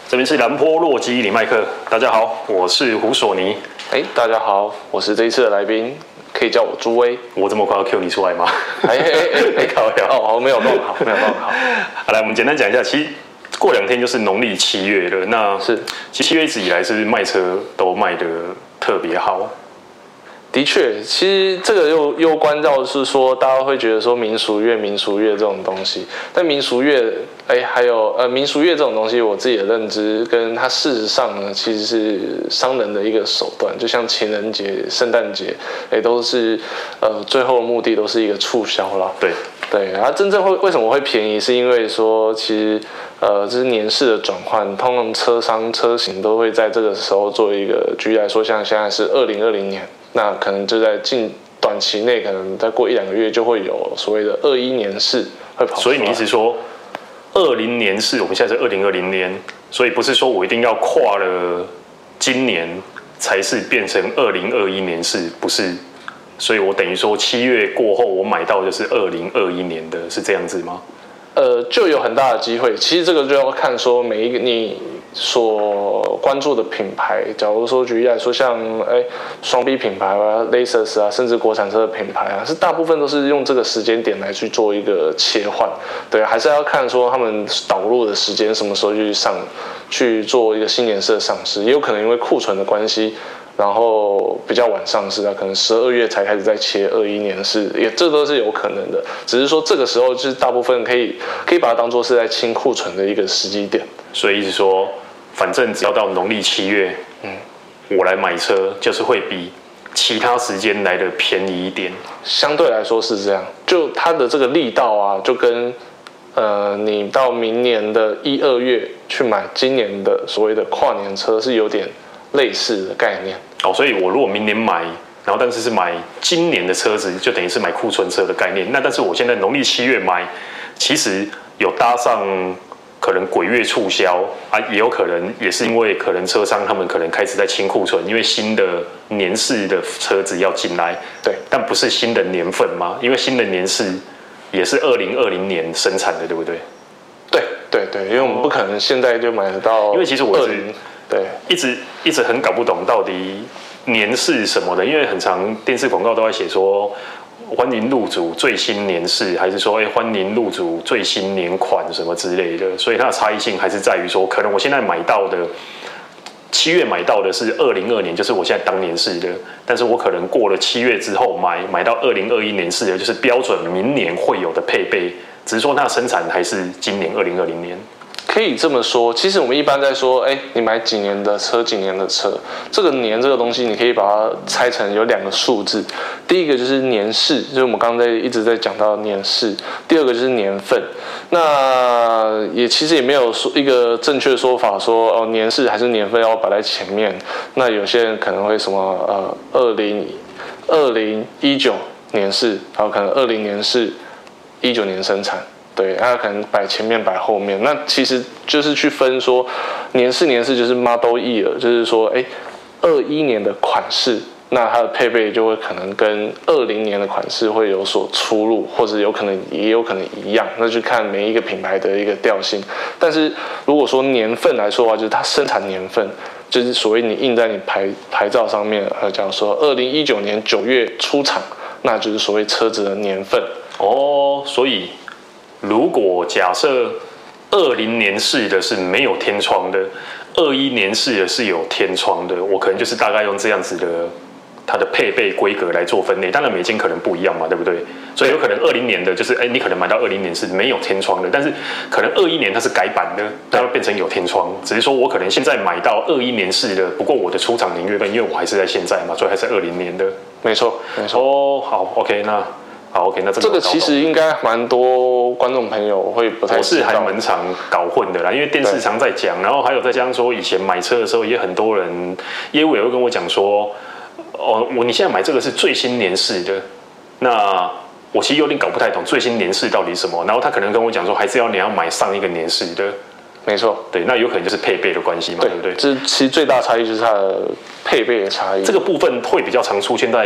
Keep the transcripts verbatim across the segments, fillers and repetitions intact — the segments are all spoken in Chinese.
这边是兰波洛基李麦克，大家好，我是胡索尼。 哎，大家好，我是这一次的来宾，可以叫我朱威。 我这么快要 Q 你出来吗？ 哎哎哎哎， 靠腰哦，没有弄好，没有弄好。 好，来，我们简单讲一下，其实过两天就是农历七月了。那是， 其实七月一直以来是不是卖车都卖得特别好？ 的确，其实这个又又关照是说，大家会觉得说民俗月、民俗月这种东西，但民俗月，哎，还有呃民俗月这种东西，我自己的认知跟它事实上呢，其实是商人的一个手段，就像情人节、圣诞节，哎，都是呃最后的目的都是一个促销啦。 对对，然后真正会为什么会便宜，是因为说其实呃这是年式的转换，通常车商车型都会在这个时候做一个，举例来说，像现在是二零二零年。那可能就在近短期内，可能再过一两个月就会有所谓的二一年式会跑出来。 所以你意思说，二零年式，我们现在是二零二零年，所以不是说我一定要跨了今年才是变成二零二一年式，不是？所以我等于说七月过后，我买到就是二零二一年的，是这样子吗？ 呃，就有很大的机会。其实这个就要看说每一个你所关注的品牌，假如说举例来说，像哎双 B 品牌啊、Lexus 啊，甚至国产车的品牌啊，是大部分都是用这个时间点来去做一个切换。对，还是要看说他们导入的时间什么时候去上去做一个新年式的上市，也有可能因为库存的关系。然后比较晚上市啊，可能十二月才开始在切二一年式，也这都是有可能的。只是说这个时候就是大部分可以可以把它当做是在清库存的一个时机点。 所以意思说，反正只要到农历七月，嗯，我来买车就是会比其他时间来的便宜一点。 相对来说是这样，就它的这个力道啊，就跟呃你到明年的一二月去买今年的所谓的跨年车是有点类似的概念。 哦，所以我如果明年买，然后但是是买今年的车子，就等于是买库存车的概念。那但是我现在农历七月买，其实有搭上可能鬼月促销啊，也有可能也是因为可能车商他们可能开始在清库存，因为新的年式的车子要进来。 对， 但不是新的年份嘛？因为新的年式也是二零二零年生产的，对不对？ 对对对，因为我们不可能现在就买得到。 因为其实我是对一直一直很搞不懂到底年式什么的，因为很常电视广告都在写说欢迎入主最新年式，还是说哎欢迎入主最新年款什么之类的，所以它的差异性还是在于说，可能我现在买到的七月买到的是二零二年，就是我现在当年式的，但是我可能过了七月之后买买到二零二一年式的，就是标准明年会有的配备，只是说它的生产还是今年二零二零年。 可以这么说，其实我们一般在说，哎，你买几年的车，几年的车，这个年这个东西，你可以把它拆成有两个数字。第一个就是年式，就是我们刚才一直在讲到年式；第二个就是年份。那也其实也没有说一个正确的说法说，哦，年式还是年份要摆在前面。那有些人可能会什么，呃，二零二零一九年式，然后可能二零年式，一九年生产。对，它可能摆前面摆后面，那其实就是去分说年式年式就是 model year， 就是说，哎，二一年的款式，那它的配备就会可能跟二零年的款式会有所出入，或者有可能也有可能一样，那就看每一个品牌的一个调性。但是如果说年份来说的话，就是它生产年份，就是所谓你印在你牌牌照上面，呃，假如说二零一九年九月出厂，那就是所谓车子的年份。 哦，所以。如果假设二零年式的是没有天窗的，二一年式的是有天窗的，我可能就是大概用这样子的它的配备规格来做分类。当然每间可能不一样嘛，对不对？所以有可能二零年的就是，哎，你可能买到二零年是没有天窗的，但是可能二一年它是改版的，它会变成有天窗。只是说我可能现在买到二一年式的，不过我的出厂年月份，因为我还是在现在嘛，所以还是二零年的。 没错，没错。 哦，好 ，OK， 那。好 ，OK， 那这个这个其实应该蛮多观众朋友会不太知道， 我是还蛮常搞混的啦，因为电视常在讲，然后还有再加上说以前买车的时候，也很多人业务也会跟我讲说，哦，我你现在买这个是最新年式的，那我其实有点搞不太懂最新年式到底是什么，然后他可能跟我讲说，还是要你要买上一个年式的。 没错， 对，那有可能就是配备的关系嘛， 对, 对不对？ 这其实最大差异就是它的配备的差异。 这个部分会比较常出现在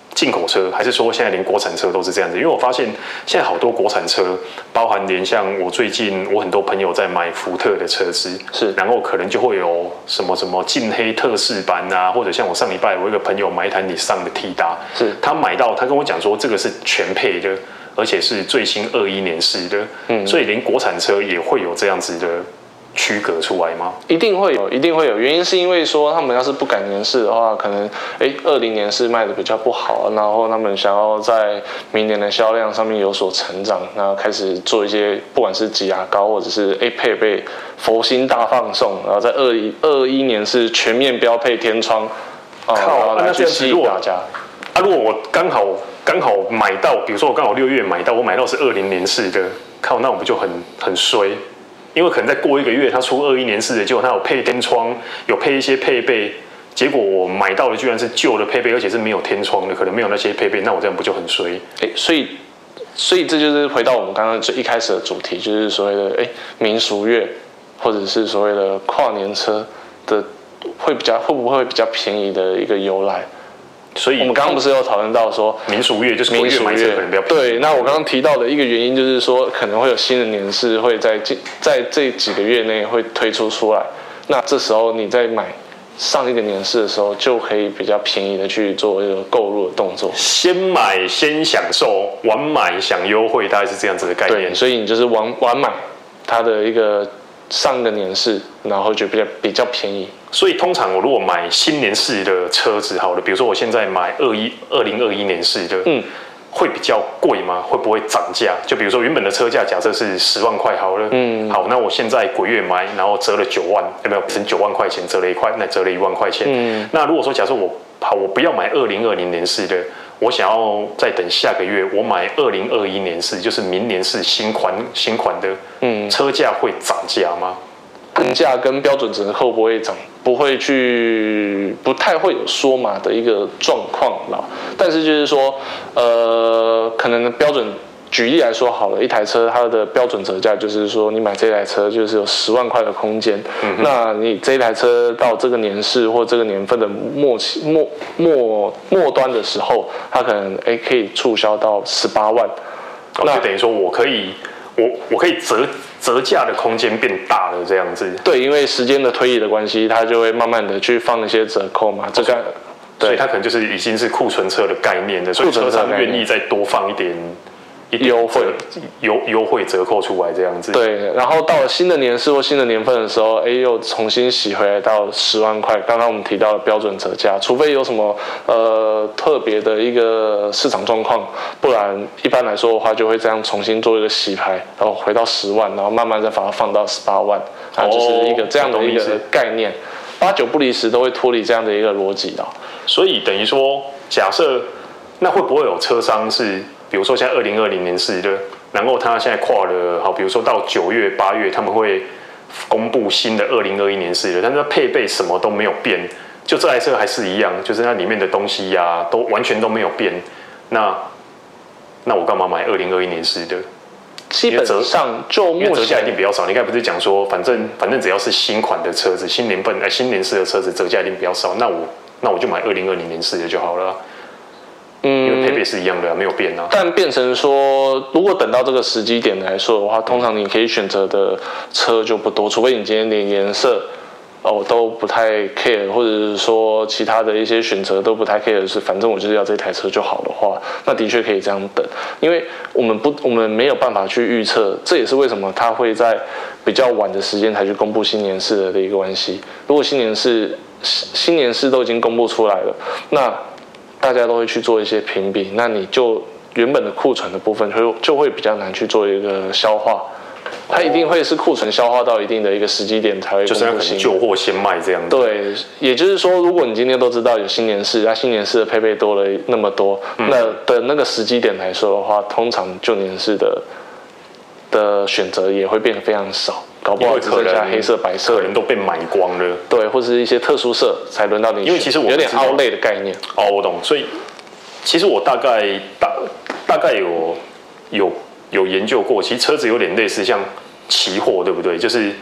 进口车，还是说现在连国产车都是这样子？因为我发现现在好多国产车，包含连像我最近我很多朋友在买福特的车子， 是， 然后可能就会有什么什么近黑特仕版啊，或者像我上礼拜我一个朋友买一台你上的 T 达， 是， 他买到他跟我讲说这个是全配的，而且是最新二一年式的，嗯，所以连国产车也会有这样子的区隔出来吗？ 一定会有，一定会有。原因是因为说他们要是不改年式的话，可能哎，二零年式卖的比较不好，然后他们想要在明年的销量上面有所成长，然后开始做一些不管是挤牙膏或者是哎配备佛心大放送，然后在二一二一年是全面标配天窗， 啊，靠，然后来去吸引大家。啊，如果我刚好刚好买到，比如说我刚好六月买到，我买到是二零年式的，靠，那我不就很很衰？因为可能再过一个月，它出二一年式的，结果它有配天窗，有配一些配备，结果我买到的居然是旧的配备，而且是没有天窗的，可能没有那些配备，那我这样不就很衰？ 哎，所以，所以这就是回到我们刚刚最一开始的主题，就是所谓的哎民俗月，或者是所谓的跨年车的会比较会不会比较便宜的一个由来。 所以我们刚刚不是有讨论到说民俗月就是民俗月可能比较便宜。 对，那我刚刚提到的一个原因就是说，可能会有新的年式会在在这几个月内会推出出来。那这时候你在买上一个年式的时候，就可以比较便宜的去做一个购入的动作。 先买先享受，晚买享优惠，大概是这样子的概念。 对，所以你就是晚晚买它的一个上个年式，然后就比较比较便宜。 所以通常我如果买新年式的车子，好了，比如说我现在买二一二零二一年式的，嗯，会比较贵吗？会不会涨价？就比如说原本的车价假设是十万块好了，嗯，好，那我现在鬼月买，然后折了九万，有没有？省九万块钱，折了一块，那折了一万块钱。嗯，那如果说假设我好，我不要买二零二零年式的，我想要再等下个月，我买二零二一年式，就是明年是新款新款的，嗯，车价会涨价吗？ 单价跟标准折扣不会涨，不会去，不太会有缩码的一个状况啦。但是就是说，呃，可能标准，举例来说好了，一台车它的标准折价就是说，你买这台车就是有十万块的空间，嗯、那你这一台车到这个年式或这个年份的末期末末末端的时候，它可能哎可以促销到十八万， 哦、那就等于说我可以。我我可以折折价的空间变大了，这样子。 对，因为时间的推移的关系，它就会慢慢的去放一些折扣嘛。这个， 所以它可能就是已经是库存车的概念了，所以车商愿意再多放一点一点优惠优优惠折扣出来这样子。 对，然后到了新的年式或新的年份的时候，哎，又重新洗回来到十万块。刚刚我们提到的标准折价，除非有什么呃特别的一个市场状况，不然一般来说的话，就会这样重新做一个洗牌，然后回到十万，然后慢慢再把它放到十八万，啊，就是一个这样的一个概念，八九不离十都会脱离这样的一个逻辑的。 所以等于说，假设那会不会有车商是？比如说现在二零二零年式的，然后他现在跨了好，比如说到九月、八月，他们会公布新的二零二一年式的，但是它配备什么都没有变，就这台车还是一样，就是它里面的东西呀、啊，都完全都没有变。那那我干嘛买二零二一年式的？ 基本上就目前折价一定比较少。你刚才不是讲说，反正反正只要是新款的车子，新年份哎新年式的车子折价一定比较少，那我那我就买二零二零年式的就好了。嗯，因为配备是一样的、啊，没有变啊。 但变成说，如果等到这个时机点来说的话，通常你可以选择的车就不多，除非你今天连颜色哦都不太 care， 或者是说其他的一些选择都不太 care， 是反正我就是要这台车就好的话，那的确可以这样等。因为我们不，我们没有办法去预测，这也是为什么它会在比较晚的时间才去公布新年式的一个关系。如果新年式新年式都已经公布出来了，那大家都会去做一些评比，那你就原本的库存的部分就就会比较难去做一个消化，它一定会是库存消化到一定的一个时机点才会公布新， 就是可能旧货先卖这样子。 对，也就是说，如果你今天都知道有新年式，那新年式的配备多了那么多，嗯、那的那个时机点来说的话，通常旧年式的的选择也会变得非常少。搞不好只剩下黑色、白色， 可能都被买光了。 对，或是一些特殊色才轮到你。 因为其实我有点凹类的概念。 哦，我懂。所以其实我大概大大概有有有研究过，其实车子有点类似像期货，对不对？就是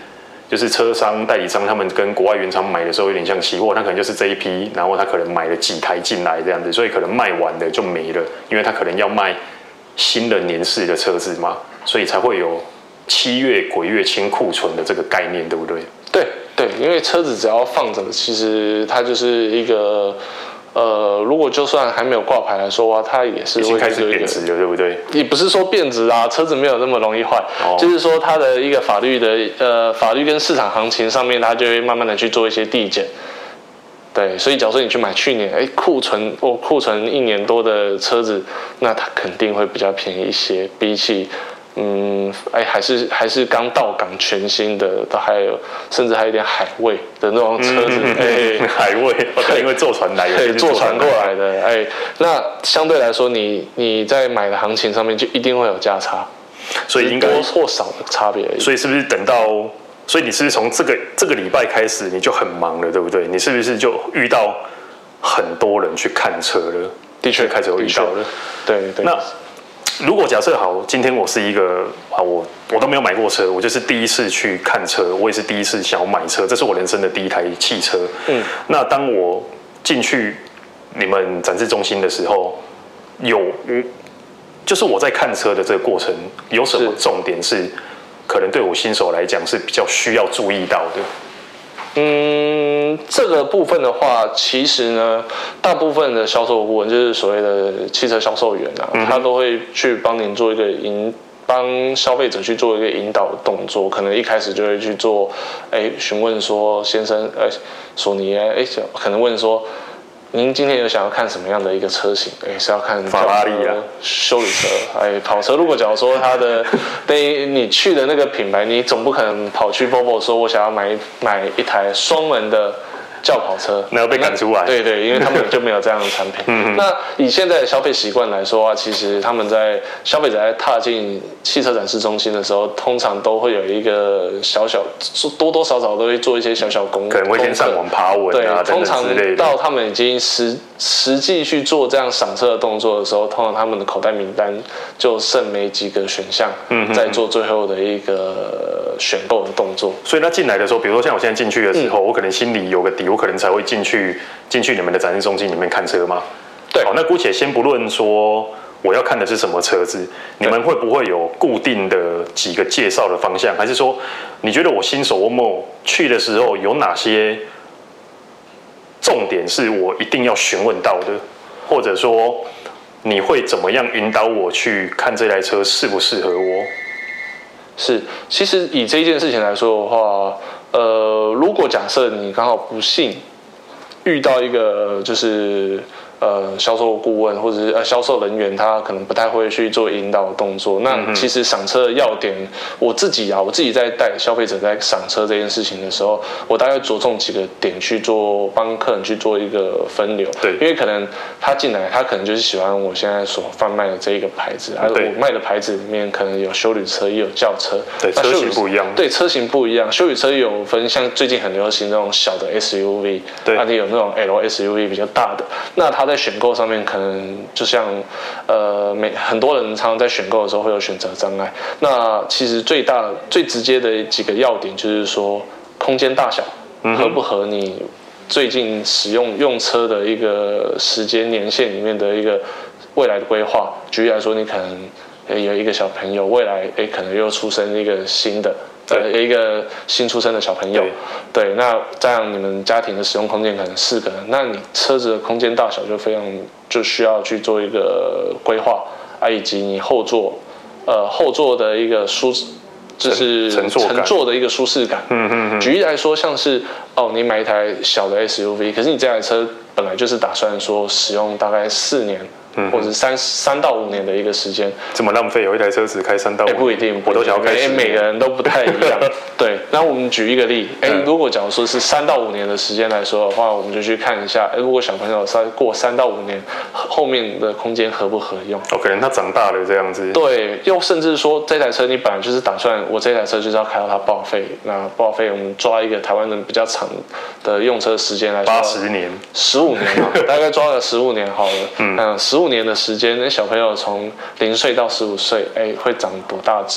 就是车商、代理商他们跟国外原厂买的时候有点像期货，他可能就是这一批，然后他可能买了几台进来这样子，所以可能卖完的就没了，因为他可能要卖新的年式的车子嘛，所以才会有七月鬼月清库存的这个概念，对不对？ 对对，因为车子只要放着，其实它就是一个。呃，如果就算还没有挂牌来说的话，它也是会开始贬值了，对不对？ 也不是说贬值啊，车子没有那么容易坏，哦、就是说它的一个法律的呃法律跟市场行情上面，它就会慢慢的去做一些递减。对，所以假如说你去买去年哎库存哦库存一年多的车子，那它肯定会比较便宜一些，比起。嗯，哎，还是还是刚到港全新的，都还有甚至还有点海味的那种车子， 嗯、哎，海味，因为坐船来的， 对，坐船过来的，哎，那相对来说你，你你在买的行情上面就一定会有价差， 所以应该多或少的差别而已。 所以是不是等到，所以你是不是从这个这个礼拜开始你就很忙了，对不对？你是不是就遇到很多人去看车了？ 的确， 开始有遇到了， 对对。 那如果假设好，今天我是一个啊，我我都没有买过车，我就是第一次去看车，我也是第一次想要买车，这是我人生的第一台汽车。嗯，那当我进去你们展示中心的时候，有就是我在看车的这个过程，有什么重点是可能对我新手来讲是比较需要注意到的？ 嗯，这个部分的话，其实呢，大部分的销售顾问就是所谓的汽车销售员啊，嗯、他都会去帮您做一个引，帮消费者去做一个引导的动作。可能一开始就会去做，哎，询问说，先生，哎，索尼，哎，可能问说，您今天有想要看什么样的一个车型？哎，是要看法拉利啊， 休旅车，哎，跑车。如果假如说它的对你去的那个品牌，你总不可能跑去 Volvo 说我想要买买一台双门的轿跑车， 那要被赶出来。 对对，因为他们就没有这样的产品。嗯、那以现在的消费习惯来说啊，其实他们在消费者在踏进汽车展示中心的时候，通常都会有一个小小多多少少都会做一些小小功， 可能会先上网爬文啊， 对，通常到他们已经实实际去做这样赏车的动作的时候，通常他们的口袋名单就剩没几个选项，嗯，在做最后的一个选购的动作。 所以他进来的时候，比如说像我现在进去的时候，嗯、我可能心里有个底，我可能才会进去进去你们的展示中心里面看车吗？ 对， 好，那姑且先不论说我要看的是什么车子，你们会不会有固定的几个介绍的方向？还是说，你觉得我新手我去的时候有哪些重点是我一定要询问到的？或者说，你会怎么样引导我去看这台车适不适合我？ 是，其实以这件事情来说的话，呃，如果假设你刚好不幸遇到一个就是呃销售顾问或者是呃销售人员，他可能不太会去做引导的动作。那其实赏车的要点，我自己啊，我自己在带消费者在赏车这件事情的时候，我大概着重几个点去做，帮客人去做一个分流。 对， 因为可能他进来，他可能就是喜欢我现在所贩卖的这一个牌子，而我卖的牌子里面可能有休旅车，也有轿车。 对，车型不一样。 对，车型不一样。休旅车有分，像最近很流行那种小的 S U V， 对，那里有那种 L S U V 比较大的，那它在选购上面可能就像呃，每很多人常常在选购的时候会有选择障碍。那其实最大最直接的几个要点就是说，空间大小合不合你最近使用用车的一个时间年限里面的一个未来的规划。举例来说，你可能有一个小朋友，未来诶可能又出生一个新的。呃，一个新出生的小朋友，对，对，那这样你们家庭的使用空间可能四个人，那你车子的空间大小就非常就需要去做一个规划啊，以及你后座，呃，后座的一个舒，就是乘坐的一个舒适感。嗯嗯嗯。举例来说，像是哦，你买一台小的 S U V， 可是你这台车本来就是打算说使用大概四年。嗯、或者三三到五年的一个时间， 这么浪费，有一台车子开三到五年， 欸、不一定， 我都想要开十年。 每个人都不太一样。对，那我们举一个例，哎、欸，如果假如说是三到五年的时间来说的话，我们就去看一下，哎、欸，如果小朋友再过三到五年，后面的空间合不合用？ 哦，可能他长大了这样子。 对，又甚至说这台车你本来就是打算，我这台车就是要开到它报废，那报废我们抓一个台湾人比较长的用车时间来说， 八十年、 十五年嘛，大概抓了十五年好了。嗯，嗯，十五年的时间。小朋友从零岁到十五岁，哎，会长多大只？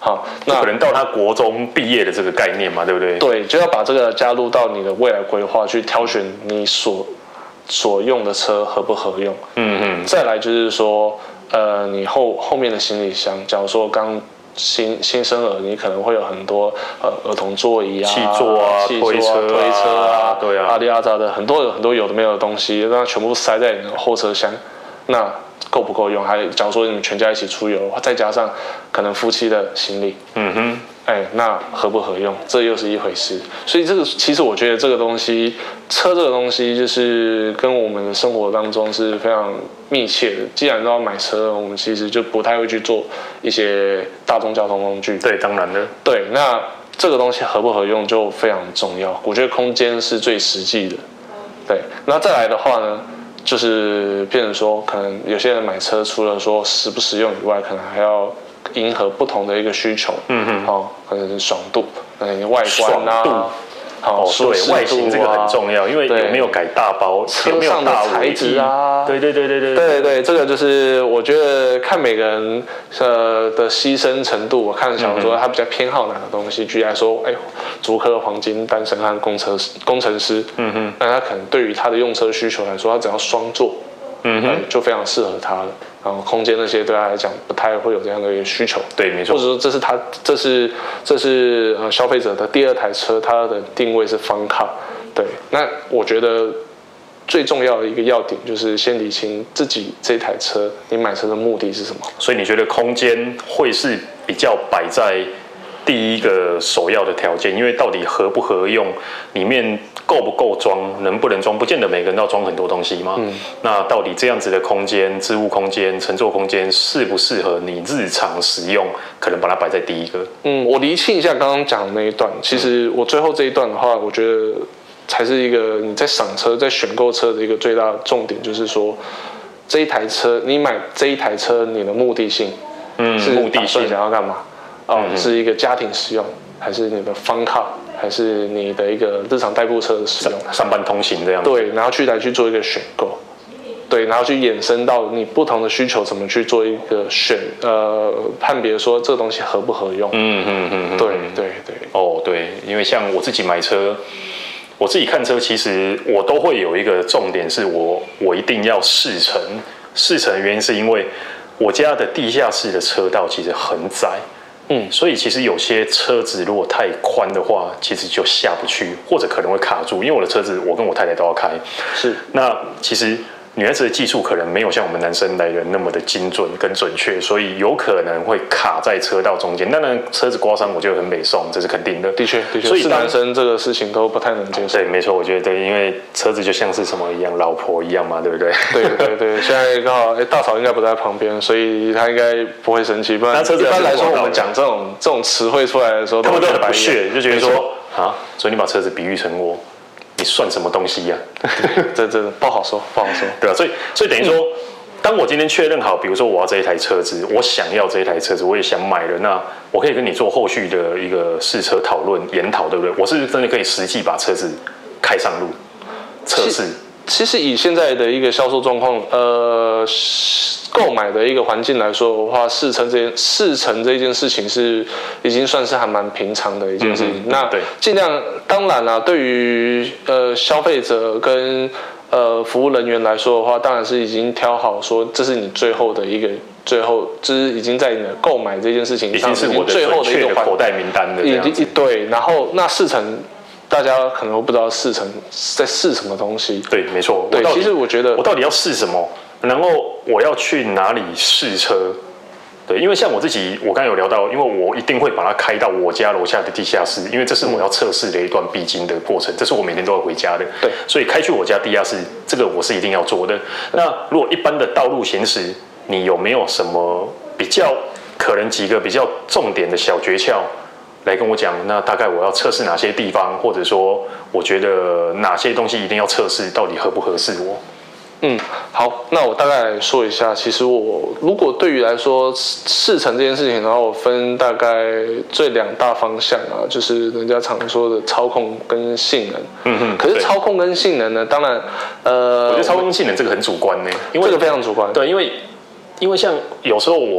好，那可能到他国中毕业的这个概念嘛，对不对？ 对，就要把这个加入到你的未来规划，去挑选你所所用的车合不合用。嗯嗯。再来就是说，呃，你后后面的行李箱，假如说刚新新生儿，你可能会有很多呃儿童座椅啊、 汽座啊、 汽座啊推车啊、 推车啊， 对啊， 阿里阿杂的很多有很多有的没有的东西，那全部塞在你的后车厢，那够不够用？还假如说你们全家一起出游，再加上可能夫妻的行李，嗯哼，哎，那合不合用，这又是一回事。所以这个其实我觉得这个东西，车这个东西就是跟我们的生活当中是非常密切的。既然都要买车，我们其实就不太会去做一些大众交通工具。 对，当然的。 对，那这个东西合不合用就非常重要。我觉得空间是最实际的。对，那再来的话呢？就是变成说，可能有些人买车，除了说实不实用以外，可能还要迎合不同的一个需求。嗯哼，哦，可能是爽度，嗯，外观啊， 好，哦，对，外形这个很重要，因为有没有改大包， 车上的材质啊， 对对对对对对对对，这个就是我觉得看每个人呃的牺牲程度，我看想说他比较偏好哪个东西。举例来说，哎，竹科黄金单身汉工程工程师，嗯哼，那他可能对于他的用车需求来说，他只要双座，嗯哼，就非常适合他了。然后空间那些对他来讲不太会有这样的一个需求， 对，没错。 或者说这是他这是这是呃消费者的第二台车，它的定位是方卡，对。那我觉得最重要的一个要点就是先理清自己这台车你买车的目的是什么。 所以你觉得空间会是比较摆在第一个首要的条件，因为到底合不合用，里面够不够装，能不能装，不见得每个人都要装很多东西嘛。嗯，那到底这样子的空间、置物空间、乘坐空间适不适合你日常使用，可能把它摆在第一个。 嗯，我厘清一下刚刚讲的那一段，其实我最后这一段的话，我觉得才是一个你在赏车、在选购车的一个最大的重点，就是说这一台车，你买这一台车，你的目的性，嗯，是目的性想要干嘛？哦，嗯、是一个家庭使用，还是你的方卡，还是你的一个日常代步车的使用？ 上班通勤这样子。 对，然后去来去做一个选购，对，然后去衍生到你不同的需求，怎么去做一个选呃判别说这个东西合不合用？嗯嗯嗯，对对对。 哦，对，因为像我自己买车，我自己看车，其实我都会有一个重点，是我我一定要试乘。试乘的原因是因为我家的地下室的车道其实很窄。嗯，所以其实有些车子如果太宽的话，其实就下不去，或者可能会卡住。因为我的车子，我跟我太太都要开。 是。 那其实女孩子的技术可能没有像我们男生来的那么的精准跟准确，所以有可能会卡在车道中间。当然，车子刮伤我就很美送，这是肯定的。 的确，的确。所以男生这个事情都不太能接受。 对，没错，我觉得对，因为车子就像是什么一样，老婆一样嘛，对不对？ 对对对，现在刚好，哎，大嫂应该不在旁边，所以他应该不会生气。不然，一般来说，我们讲这种这种词汇出来的时候， 他们都很不屑，就觉得说啊，所以你把车子比喻成我。你算什么东西呀、啊？ 这这不好说，不好说。 对啊，所以所以等于说，当我今天确认好，比如说我要这一台车子，我想要这一台车子，我也想买了，那我可以跟你做后续的一个试车讨论、研讨，对不对？我是真的可以实际把车子开上路测试。 其实以现在的一个销售状况，呃，购买的一个环境来说的话，试乘这件试乘这件事情是已经算是还蛮平常的一件事情。嗯、那尽量当然啦、啊，对于呃消费者跟呃服务人员来说的话，当然是已经挑好说这是你最后的一个最后，就是已经在你的购买这件事情上已经是我的最后的一个口袋名单的这样子。 对，然后那试乘。大家可能不知道试乘在试什么东西。 对，没错。 对，其实我觉得我到底要试什么，然后我要去哪里试车？对，因为像我自己，我刚才有聊到，因为我一定会把它开到我家楼下的地下室，因为这是我要测试的一段必经的过程，这是我每天都要回家的。 对， 所以开去我家地下室，这个我是一定要做的。那如果一般的道路行驶，你有没有什么比较可能几个比较重点的小诀窍？来跟我讲，那大概我要测试哪些地方，或者说我觉得哪些东西一定要测试，到底合不合适我？ 嗯，好，那我大概来说一下。其实我如果对于来说试乘这件事情，然后我分大概最两大方向啊，就是人家常说的操控跟性能。嗯哼。可是操控跟性能呢，当然，呃， 我觉得操控性能这个很主观呢，因为这个非常主观。 对，因为因为像有时候我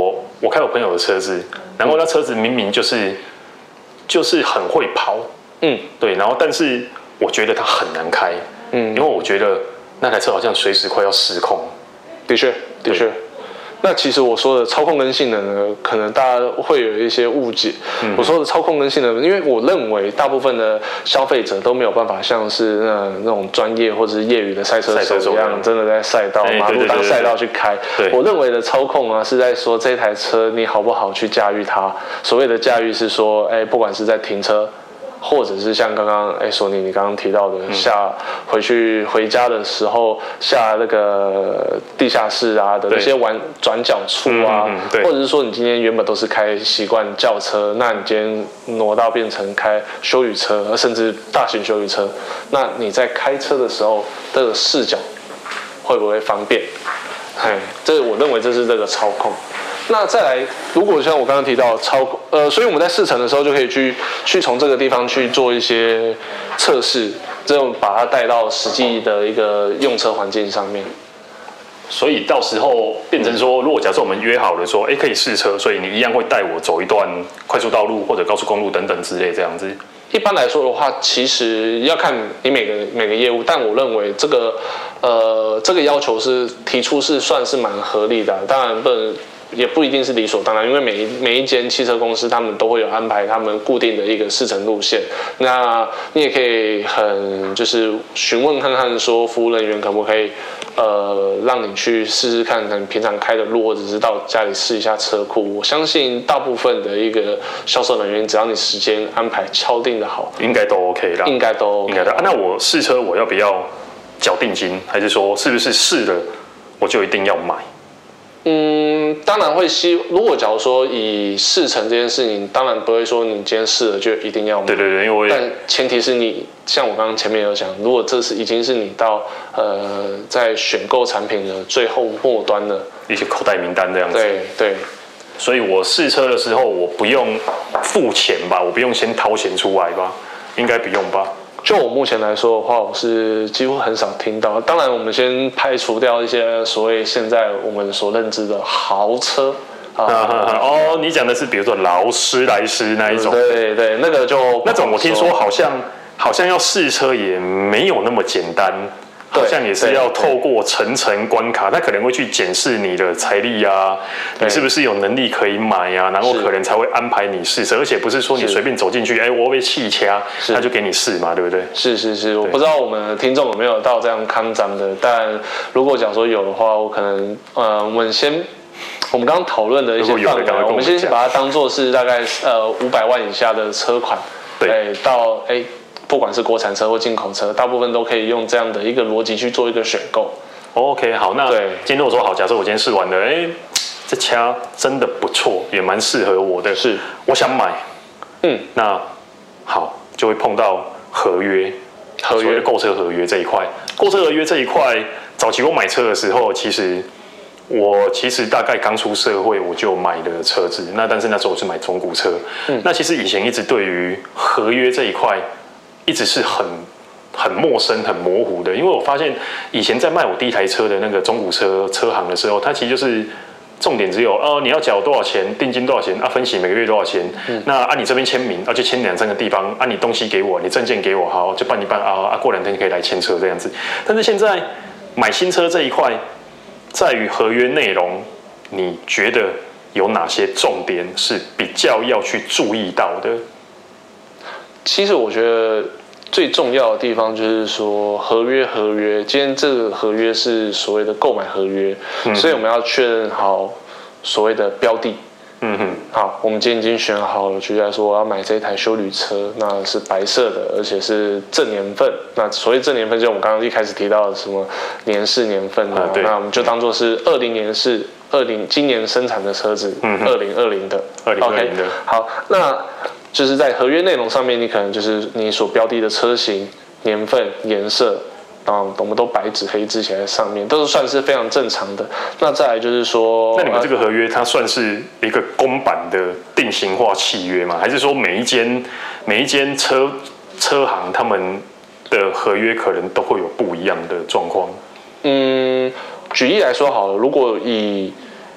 我开我朋友的车子，然后那车子明明就是就是很会跑，嗯，对，然后但是我觉得它很难开，嗯，因为我觉得那台车好像随时快要失控。 的确，的确。那其实我说的操控跟性能呢，可能大家会有一些误解。嗯、我说的操控跟性能，因为我认为大部分的消费者都没有办法像是那那种专业或者是业余的赛车手一样，真的在赛道、马路当赛道去开。我认为的操控啊，是在说这台车你好不好去驾驭它。所谓的驾驭是说，哎，不管是在停车。或者是像刚刚哎，索尼你刚刚提到的，下回去回家的时候下那个地下室啊的那些弯转角处啊，嗯嗯嗯、或者是说你今天原本都是开习惯轿车，那你今天挪到变成开休旅车，甚至大型休旅车，那你在开车的时候这个视角会不会方便？哎，这我认为这是这个操控。那再来，如果像我刚刚提到操控，呃，所以我们在试乘的时候就可以去去从这个地方去做一些测试，这种把它带到实际的一个用车环境上面。 所以到时候变成说，如果假设我们约好了说，哎，可以试车，所以你一样会带我走一段快速道路或者高速公路等等之类这样子。 一般来说的话，其实要看你每个每个业务，但我认为这个呃这个要求是提出是算是蛮合理的，当然不能。也不一定是理所当然，因为每一每一间汽车公司他们都会有安排他们固定的一个试乘路线。那你也可以很就是询问看看说服务人员可不可以呃让你去试试看，可能平常开的路或者是到家里试一下车库。我相信大部分的一个销售人员，只要你时间安排敲定的好， 应该都 OK 啦。 应该都 OK 应该的、啊。那我试车我要不要缴定金，还是说是不是试了我就一定要买？ 嗯，当然会希。如果假如说以试乘这件事情，当然不会说你今天试了就一定要买。 对对对，因为我也但前提是你像我刚刚前面有讲，如果这是已经是你到呃在选购产品的最后末端了， 一些口袋名单这样子。 对对。 所以我试车的时候，我不用付钱吧？我不用先掏钱出来吧？应该不用吧？ 就我目前来说的话，我是几乎很少听到。当然，我们先排除掉一些所谓现在我们所认知的豪车啊。哦，你讲的是比如说劳斯莱斯那一种？ 对对，那个就那种我听说好像好像要试车也没有那么简单。好像也是要透过层层关卡，他可能会去检视你的财力啊，你是不是有能力可以买啊，然后可能才会安排你试车，而且不是说你随便走进去，哎，我被气掐，他就给你试嘛，对不对？ 是是是，我不知道我们听众有没有到这样看展的，但如果假如说有的话，我可能呃，我们先。我们刚刚讨论的一些范围，我们先把它当做是大概呃五百万以下的车款，对，到哎。不管是国产车或进口车，大部分都可以用这样的一个逻辑去做一个选购。 OK， 好，那今天如果说好，假设我今天试完了，哎，这车真的不错，也蛮适合我的， 是， 我想买，嗯，那好，就会碰到合约，合约购车合约这一块，购车合约这一块，早期我买车的时候，其实我其实大概刚出社会我就买了车子，那但是那时候我是买中古车，嗯，那其实以前一直对于合约这一块。一直是很很陌生、很模糊的，因为我发现以前在卖我第一台车的那个中古车车行的时候，它其实就是重点只有哦，你要缴多少钱，定金多少钱啊，分期每个月多少钱，嗯、那啊你这边签名啊就签两三个地方啊，你东西给我，你证件给我，好就办一办啊啊，过两天可以来签车这样子。但是现在买新车这一块，在于合约内容，你觉得有哪些重点是比较要去注意到的？ 其实我觉得最重要的地方就是说合约合约，今天这个合约是所谓的购买合约，嗯、所以我们要确认好所谓的标的。嗯哼，好，我们今天已经选好了，举例来说，我要买这一台休旅车，那是白色的，而且是正年份。那所谓正年份，就是我们刚刚一开始提到的什么年式年份啊，那我们就当做是二零年式，二零今年生产的车子，二零二零的， 二零二零的。 好，那。就是在合约内容上面，你可能就是你所标的的车型、年份、颜色，啊，我们都白纸黑字写在上面，都是算是非常正常的。那再来就是说， 那你们这个合约它算是一个公版的定型化契约吗？还是说每一间每一间车车行他们的合约可能都会有不一样的状况？ 嗯，举例来说好了，如果以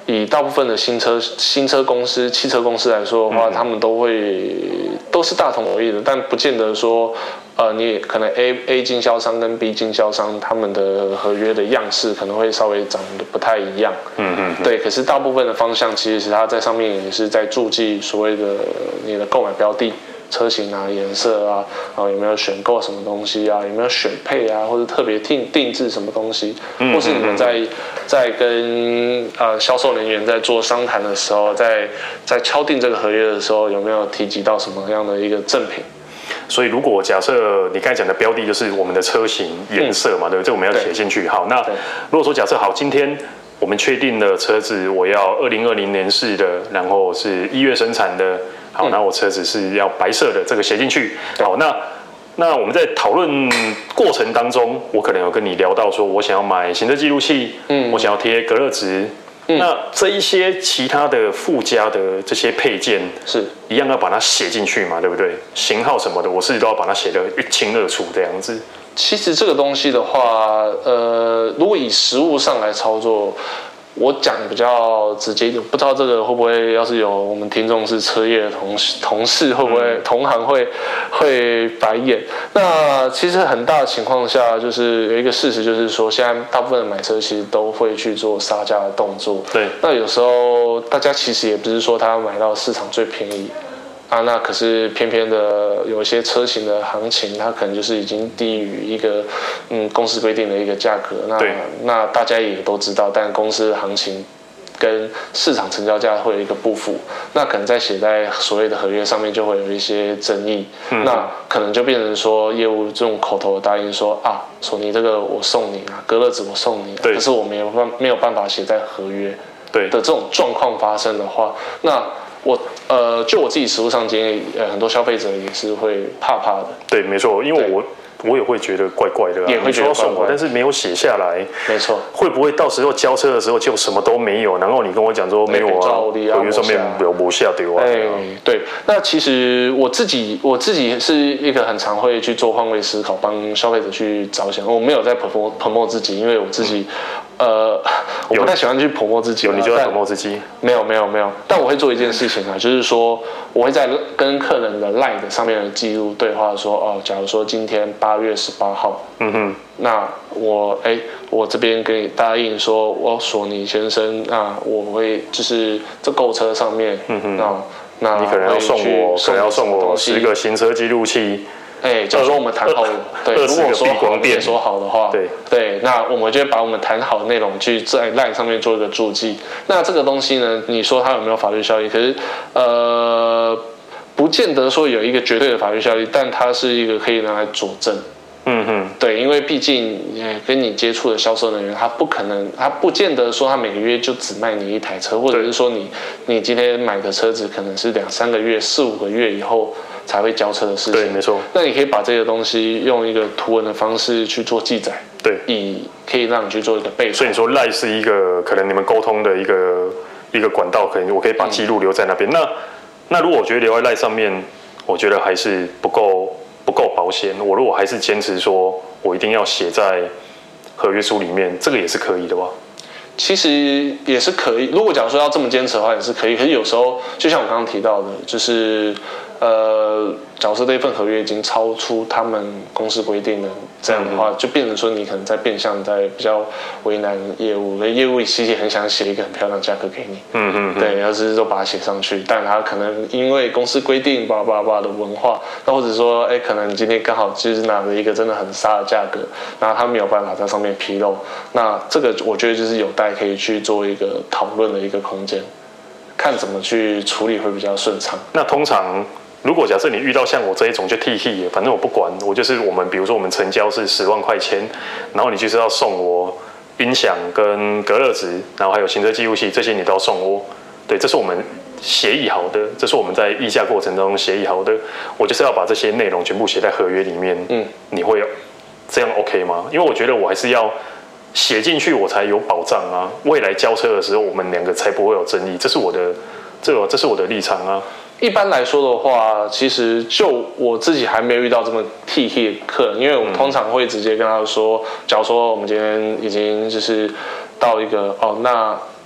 以大部分的新车新车公司、汽车公司来说的话，嗯、他们都会都是大同小异的，但不见得说，呃，你可能 A A 经销商跟 B 经销商他们的合约的样式可能会稍微长得不太一样。嗯嗯。对，可是大部分的方向其实是它在上面也是在注记所谓的你的购买标的。车型啊、颜色啊，然后有没有选购什么东西啊，有没有选配啊，或者特别定定制什么东西，嗯、或是你们在在跟呃销售人员在做商谈的时候，在在敲定这个合约的时候，有没有提及到什么样的一个赠品？ 所以，如果假设你刚才讲的标的就是我们的车型颜色嘛，嗯、对不对？这我们要写进去。好，那如果说假设好，今天我们确定了车子我要二零二零年式的，然后是一月生产的。好，那我车子是要白色的，这个写进去。好，那那我们在讨论过程当中，我可能有跟你聊到说，我想要买行车记录器，嗯，我想要贴隔热纸，嗯，那这一些其他的附加的这些配件，是一样要把它写进去嘛，对不对？型号什么的，我是都要把它写得一清二楚这样子。 其实这个东西的话，呃，如果以实务上来操作。我讲比较直接一点，不知道这个会不会，要是有我们听众是车业的同事，同事会不会、嗯、同行会会白眼？那其实很大的情况下，就是有一个事实，就是说现在大部分的买车其实都会去做杀价的动作。对，那有时候大家其实也不是说他要买到市场最便宜。啊，那可是偏偏的有一些车型的行情，它可能就是已经低于一个嗯公司规定的一个价格。那那大家也都知道，但公司的行情跟市场成交价会有一个不符，那可能在写在所谓的合约上面就会有一些争议。嗯、那可能就变成说业务这种口头答应说啊，索尼这个我送你啊，隔热纸我送你、啊，可是我没有办没有办法写在合约的这种状况发生的话，那。我呃，就我自己实务上经验，呃，很多消费者也是会怕怕的。 对，没错，因为我我也会觉得怪怪的、啊， 也会觉得怪怪的， 送我，但是没有写下来。 没错， 会不会到时候交车的时候就什么都没有？然后你跟我讲说没有啊，合约上面有没下丢啊？ 哎，对，那其实我自己我自己是一个很常会去做换位思考，帮消费者去着想。我没有在 promote promote 自己，因为我自己。嗯呃，我不太喜欢去promote自己， 有你就要promote自己。 没有没有没有，但我会做一件事情啊，就是说我会在跟客人的 LINE 上面的记录对话说，哦，假如说今天八月十八号，嗯哼，那我哎，我这边跟你答应说，我索尼先生，那我会就是这购车上面，嗯哼，那那你可能要送我，可能要送我十个行车记录器。 哎，假如说我们谈好，对，如果说好也说好的话，对对，那我们就会把我们谈好的内容去在 LINE 上面做一个注记。那这个东西呢，你说它有没有法律效力？可是呃，不见得说有一个绝对的法律效力，但它是一个可以拿来佐证。嗯哼，对，因为毕竟跟你接触的销售人员，他不可能，他不见得说他每个月就只卖你一台车，或者是说你你今天买的车子可能是两三个月、四五个月以后才会交车的事情。 对，没错。 那你可以把这个东西用一个图文的方式去做记载， 对， 以可以让你去做一个备注。 所以你说 LINE 是一个可能你们沟通的一个一个管道，可能我可以把记录留在那边。嗯、那那如果我觉得留在 LINE 上面，我觉得还是不够。不够保险，我如果还是坚持说我一定要写在合约书里面，这个也是可以的吧？ 其实也是可以，如果假如说要这么坚持的话，也是可以。可是有时候，就像我刚刚提到的，就是呃，假如说这一份合约已经超出他们公司规定的，这样的话，嗯、就变成说你可能在变相在比较为难业务，业务其实也很想写一个很漂亮的价格给你，嗯嗯，嗯对，要是都把它写上去，但他可能因为公司规定叭叭叭的文化，那或者说，哎，可能今天刚好就是拿了一个真的很杀的价格，然后他没有办法在上面披露，那这个我觉得就是有待可以去做一个讨论的一个空间，看怎么去处理会比较顺畅。 那通常。如果假设你遇到像我这一种就 T T， 反正我不管，我就是我们比如说我们成交是十万块钱，然后你就是要送我音响跟隔热纸，然后还有行车记录器，这些你都要送我。对，这是我们协议好的，这是我们在议价过程中协议好的，我就是要把这些内容全部写在合约里面。嗯，你会这样 OK 吗？因为我觉得我还是要写进去，我才有保障啊。未来交车的时候，我们两个才不会有争议，这是我的，这个这是我的立场啊。 一般来说的话，其实就我自己还没有遇到这么 T T 的客人，因为我通常会直接跟他说，假如说我们今天已经就是到一个哦，那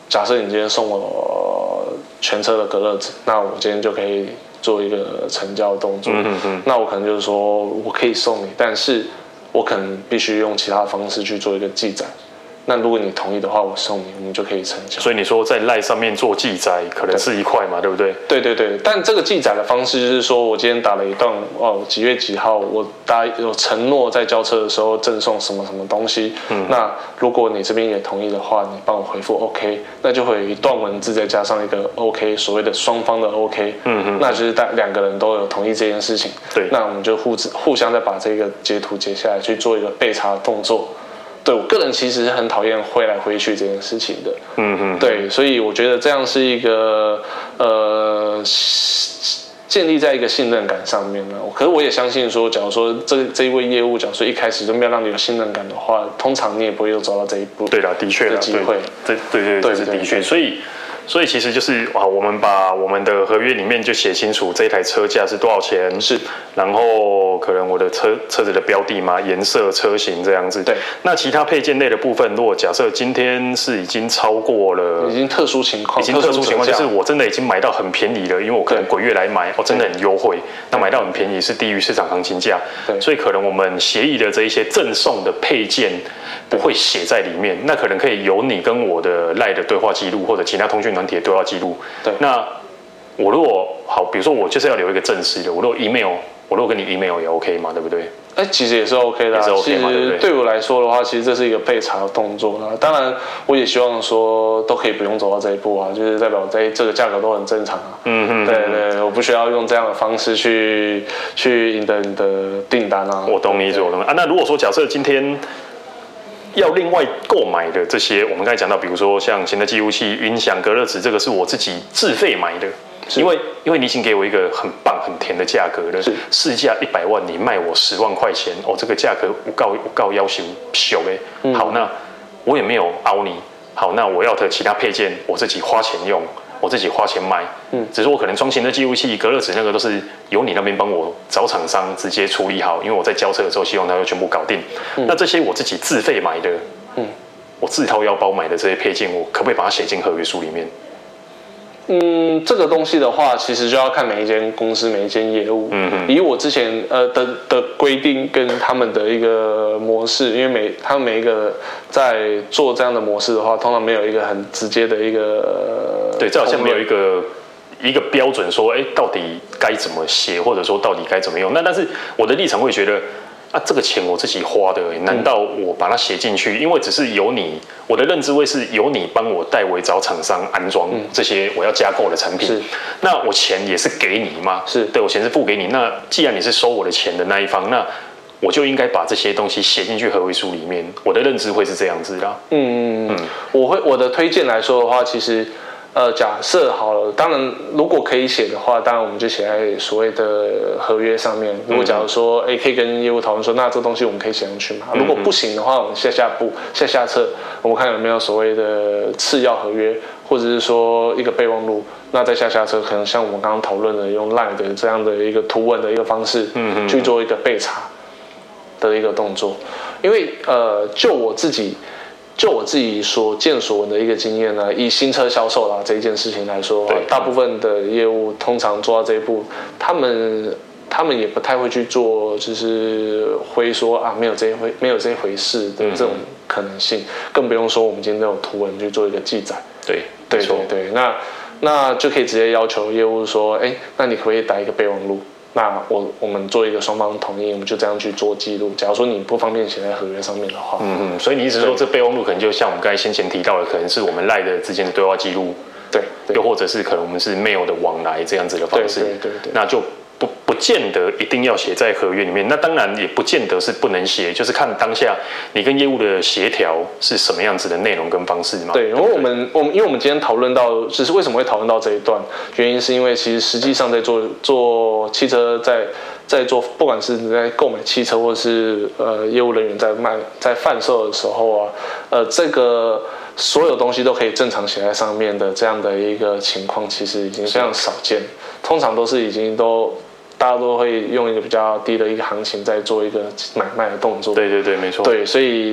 假设你今天送我全车的隔热纸，那我今天就可以做一个成交动作。嗯嗯嗯，那我可能就是说我可以送你，但是我可能必须用其他方式去做一个记载。那如果你同意的话，我送你，我们就可以成交。 所以你说在 LINE 上面做记载，可能是一块嘛， 对, 对不对？ 对对对，但这个记载的方式就是说，我今天打了一段哦，几月几号，我大家有承诺在交车的时候赠送什么什么东西。嗯，那如果你这边也同意的话，你帮我回复 OK， 那就会有一段文字再加上一个 OK， 所谓的双方的 OK。嗯嗯，那就是大两个人都有同意这件事情。 对， 那我们就互互相再把这个截图截下来，去做一个备查的动作。对我个人其实很讨厌挥来挥去这件事情的，嗯嗯，对，所以我觉得这样是一个呃建立在一个信任感上面呢。可是我也相信说，假如说这这一位业务，假如说一开始就没有让你有信任感的话，通常你也不会有走到这一步。 对啦，的确啦， 机会， 对对对，这是的确，所以。所以其实就是啊，我们把我们的合约里面就写清楚这一台车价是多少钱， 是， 然后可能我的车车子的标的嘛，颜色、车型这样子。 对。 那其他配件类的部分，如果假设今天是已经超过了， 已经特殊情况， 已经特殊情况，就是我真的已经买到很便宜了，因为我可能鬼月来买，哦，真的很优惠，那买到很便宜是低于市场行情价，对，所以可能我们协议的这一些赠送的配件不会写在里面，那可能可以由你跟我的 LINE 的对话记录或者其他通讯软体的对话记录。 对， 那我如果好，比如说我就是要留一个正式的，我如果 email， 我如果跟你 email 也 OK 嘛，对不对？ 哎，其实也是 OK 的、啊， 也是 OK 嘛，对不对？ 对我来说的话，其实这是一个备查的动作啦。当然，我也希望说都可以不用走到这一步啊，就是代表在这个价格都很正常啊。嗯嗯，对对，我不需要用这样的方式去去赢得你的订单啊。 我懂你意思，我懂啊。那如果说假设今天要另外购买的这些，我们刚才讲到，比如说像现在记录器、音响、隔热纸，这个是我自己自费买的，因为因为你已经给我一个很棒、很甜的价格了，市价一百万，你卖我十万块钱，哦，这个价格我告我告要求小哎，嗯、好，那我也没有凹你，好，那我要的其他配件我自己花钱用。我自己花钱买，嗯，只是我可能装新的记录器、隔热纸那个都是由你那边帮我找厂商直接处理好，因为我在交车的时候希望它要全部搞定。嗯、那这些我自己自费买的，嗯，我自掏腰包买的这些配件，我可不可以把它写进合约书里面？ 嗯，这个东西的话，其实就要看每一间公司、每一间业务。嗯嗯。以我之前呃的的规定跟他们的一个模式，因为每他们每一个在做这样的模式的话，通常没有一个很直接的一个。 对，这好像没有一个一个标准说，哎，到底该怎么写，或者说到底该怎么用。那但是我的立场会觉得。啊，这个钱我自己花的，难道我把它写进去？因为只是由你，我的认知会是由你帮我代为找厂商安装这些我要加购的产品。是，那我钱也是给你吗？ 是， 对，我钱是付给你。那既然你是收我的钱的那一方，那我就应该把这些东西写进去合约书里面。我的认知会是这样子的。 嗯嗯嗯，我会我的推荐来说的话，其实。呃，假设好了，当然，如果可以写的话，当然我们就写在所谓的合约上面。如果假如说，哎、欸，可以跟业务讨论说，那这东西我们可以写上去嘛？如果不行的话，我们下下步、下下策，我们看有没有所谓的次要合约，或者是说一个备忘录。那在下下策，可能像我们刚刚讨论的，用 LINE 的这样的一个图文的一个方式，嗯去做一个备查的一个动作。因为呃，就我自己。就我自己所见所闻的一个经验呢，以新车销售啦这一件事情来说，大部分的业务通常做到这一步，他们他们也不太会去做，就是会说啊没有这一回没有这一回事的这种可能性，更不用说我们今天都有图文去做一个记载。 对， 对对对，那那就可以直接要求业务说，哎，那你可不可以打一个备忘录？那我我们做一个双方同意，我们就这样去做记录。假如说你不方便写在合约上面的话， 嗯嗯，所以你意思说这备忘录可能就像我们刚才先前提到的，可能是我们 LINE 的之间的对话记录， 对， 又或者是可能我们是 mail 的往来这样子的方式， 对对 对, 对， 那就不不见得一定要写在合约里面。那当然也不见得是不能写，就是看当下你跟业务的协调是什么样子的内容跟方式嘛。 对，然后我们我们因为我们今天讨论到，只是为什么会讨论到这一段，原因是因为其实实际上在做做汽车在。在做，不管是你在购买汽车，或是呃业务人员在卖、在贩售的时候啊，呃，这个所有东西都可以正常写在上面的这样的一个情况，其实已经非常少见。通常都是已经都大家都会用一个比较低的一个行情在做一个买卖的动作。 对对对，没错。 对，所以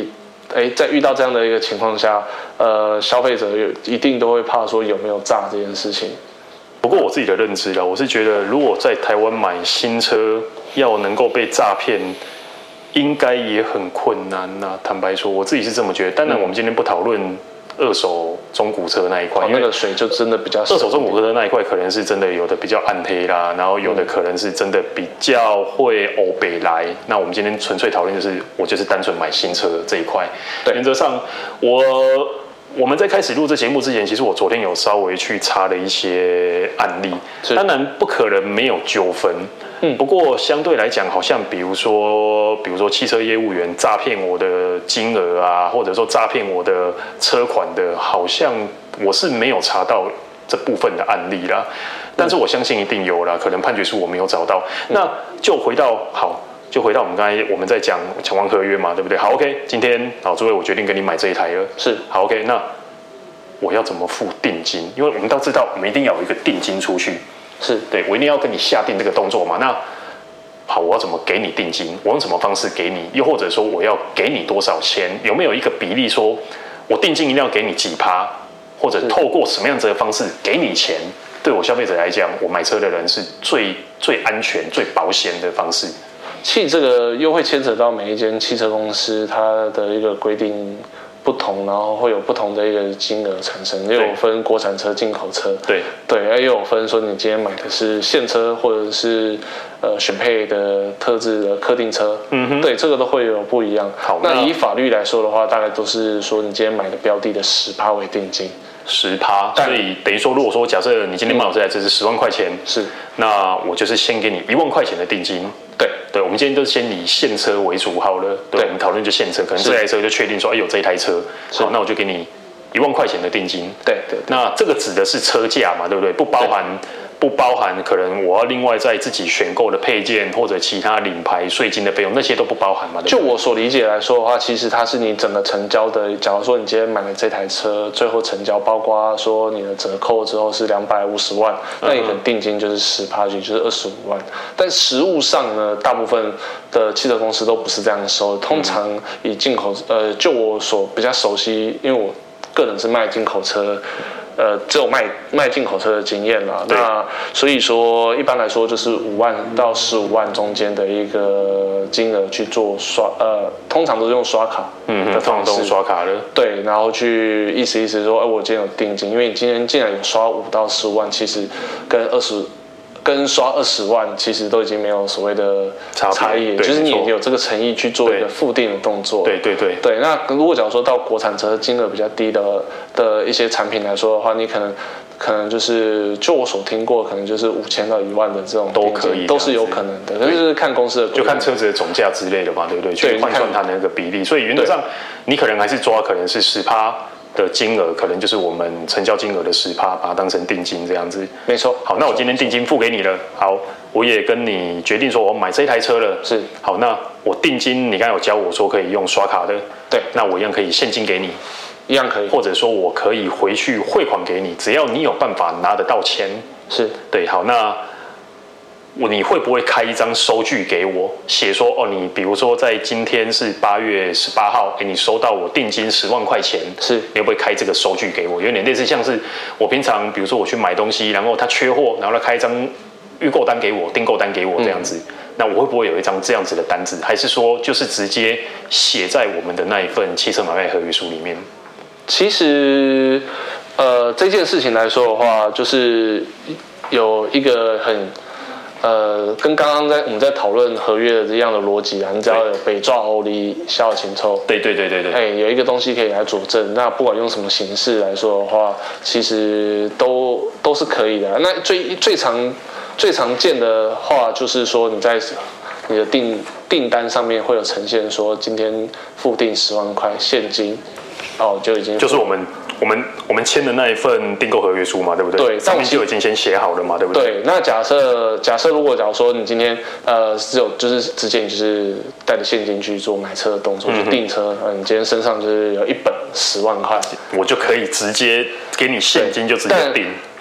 哎，在遇到这样的一个情况下，呃，消费者有一定都会怕说有没有诈这件事情。 不过我自己的认知啦，我是觉得如果在台湾买新车要能够被诈骗，应该也很困难呐、啊。坦白说，我自己是这么觉得。当然，我们今天不讨论二手中古车那一块， 哦、那个水就真的比较二手中古车那一块，可能是真的有的比较暗黑啦，然后有的可能是真的比较会欧北来。那我们今天纯粹讨论就是，我就是单纯买新车这一块。原则上，我。我们在开始录这节目之前，其实我昨天有稍微去查了一些案例，当然不可能没有纠纷，嗯，不过相对来讲，好像比如说，比如说汽车业务员诈骗我的金额啊，或者说诈骗我的车款的，好像我是没有查到这部分的案例啦，但是我相信一定有啦，可能判决书我没有找到，那就回到好。就回到我们刚才我们在讲讲完合约嘛，对不对？好 ，OK， 今天好，诸位，我决定跟你买这一台了。 是， 好 ，OK， 那我要怎么付定金？因为我们都知道，我们一定要有一个定金出去。 是， 对，我一定要跟你下定这个动作嘛。那好，我要怎么给你定金？我用什么方式给你？又或者说，我要给你多少钱？有没有一个比例说，我定金一定要给你几趴，或者透过什么样子的方式给你钱？对我消费者来讲，我买车的人是最最安全、最保险的方式。 其实这个又会牵扯到每一间汽车公司它的一个规定不同，然后会有不同的一个金额产生，又有分国产车、进口车， 对对，又有分说你今天买的是现车或者是呃选配的特制的客定车，嗯哼，对，这个都会有不一样。好，那以法律来说的话，大概都是说你今天买的标的的十趴为定金。 十趴，所以等于说，如果说假设你今天买我这台车是十万块钱， 是， 那我就是先给你一万块钱的定金。 对， 对，我们今天都是先以现车为主好了。对，我们讨论就现车，可能这台车就确定说，哎，有这一台车，好，那我就给你一万块钱的定金。 对对， 那这个指的是车价嘛，对不对？不包含。不包含可能我要另外再自己选购的配件或者其他领牌税金的费用，那些都不包含嘛？ 就我所理解来说的话，其实它是你整个成交的。假如说你今天买了这台车，最后成交包括说你的折扣之后是两百五十万，那你的定金就是十趴，也就是二十五万。但实务上呢，大部分的汽车公司都不是这样收，通常以进口呃，就我所比较熟悉，因为我个人是卖进口车。呃，只有卖卖进口车的经验啦。那所以说，一般来说就是五万到十五万中间的一个金额去做刷，呃，通常都是用刷卡， 嗯，通常都用刷卡的。 对，然后去意思意思说，哎、呃，我今天有定金，因为你今天既然有刷五到十五万，其实跟二十。跟刷二十万其实都已经没有所谓的差异，就是你也有这个诚意去做一个付定的动作。 对对对对。那如果假如说到国产车金额比较低的的一些产品来说的话，你可能可能就是就我所听过，可能就是五千到一万的这种都可以， 都是有可能的。但是看公司的， 就看车子的总价之类的嘛，对不对？去换算它的那个比例。所以原则上，你可能还是抓可能是十趴。的金额可能就是我们成交金额的十趴，把它当成定金这样子。 没错。 好，那我今天定金付给你了。好，我也跟你决定说我买这一台车了。 是。 好，那我定金你刚才有教我说可以用刷卡的。 对。 那我一样可以现金给你。 一样可以。 或者说我可以回去汇款给你，只要你有办法拿得到钱。 是。 对，好，那。你会不会开一张收据给我，写说哦，你比如说在今天是八月十八号，哎，你收到我定金十万块钱， 是， 你会不会开这个收据给我？有点类似像是我平常，比如说我去买东西，然后他缺货，然后他开一张预购单给我，订购单给我这样子，嗯、那我会不会有一张这样子的单子？还是说就是直接写在我们的那一份汽车买卖合约书里面？ 其实，呃，这件事情来说的话，就是有一个很。呃，跟刚刚在我们在讨论合约的这样的逻辑啊，你只要有北抓欧离小情抽， 对对对对对， 哎，有一个东西可以来佐证。那不管用什么形式来说的话，其实都都是可以的。那最最常最常见的话，就是说你在你的订订单上面会有呈现说今天付定十万块现金，哦，就已经就是我们。我们我们签的那一份订购合约书嘛，对不对？ 对， 上面就已经先写好了嘛，对不对？ 对，那假设假设如果假如说你今天呃只有就是直接你就是带着现金去做买车的动作，嗯、就订车，呃，你今天身上就是有一本十万块， 我就可以直接给你现金就直接订。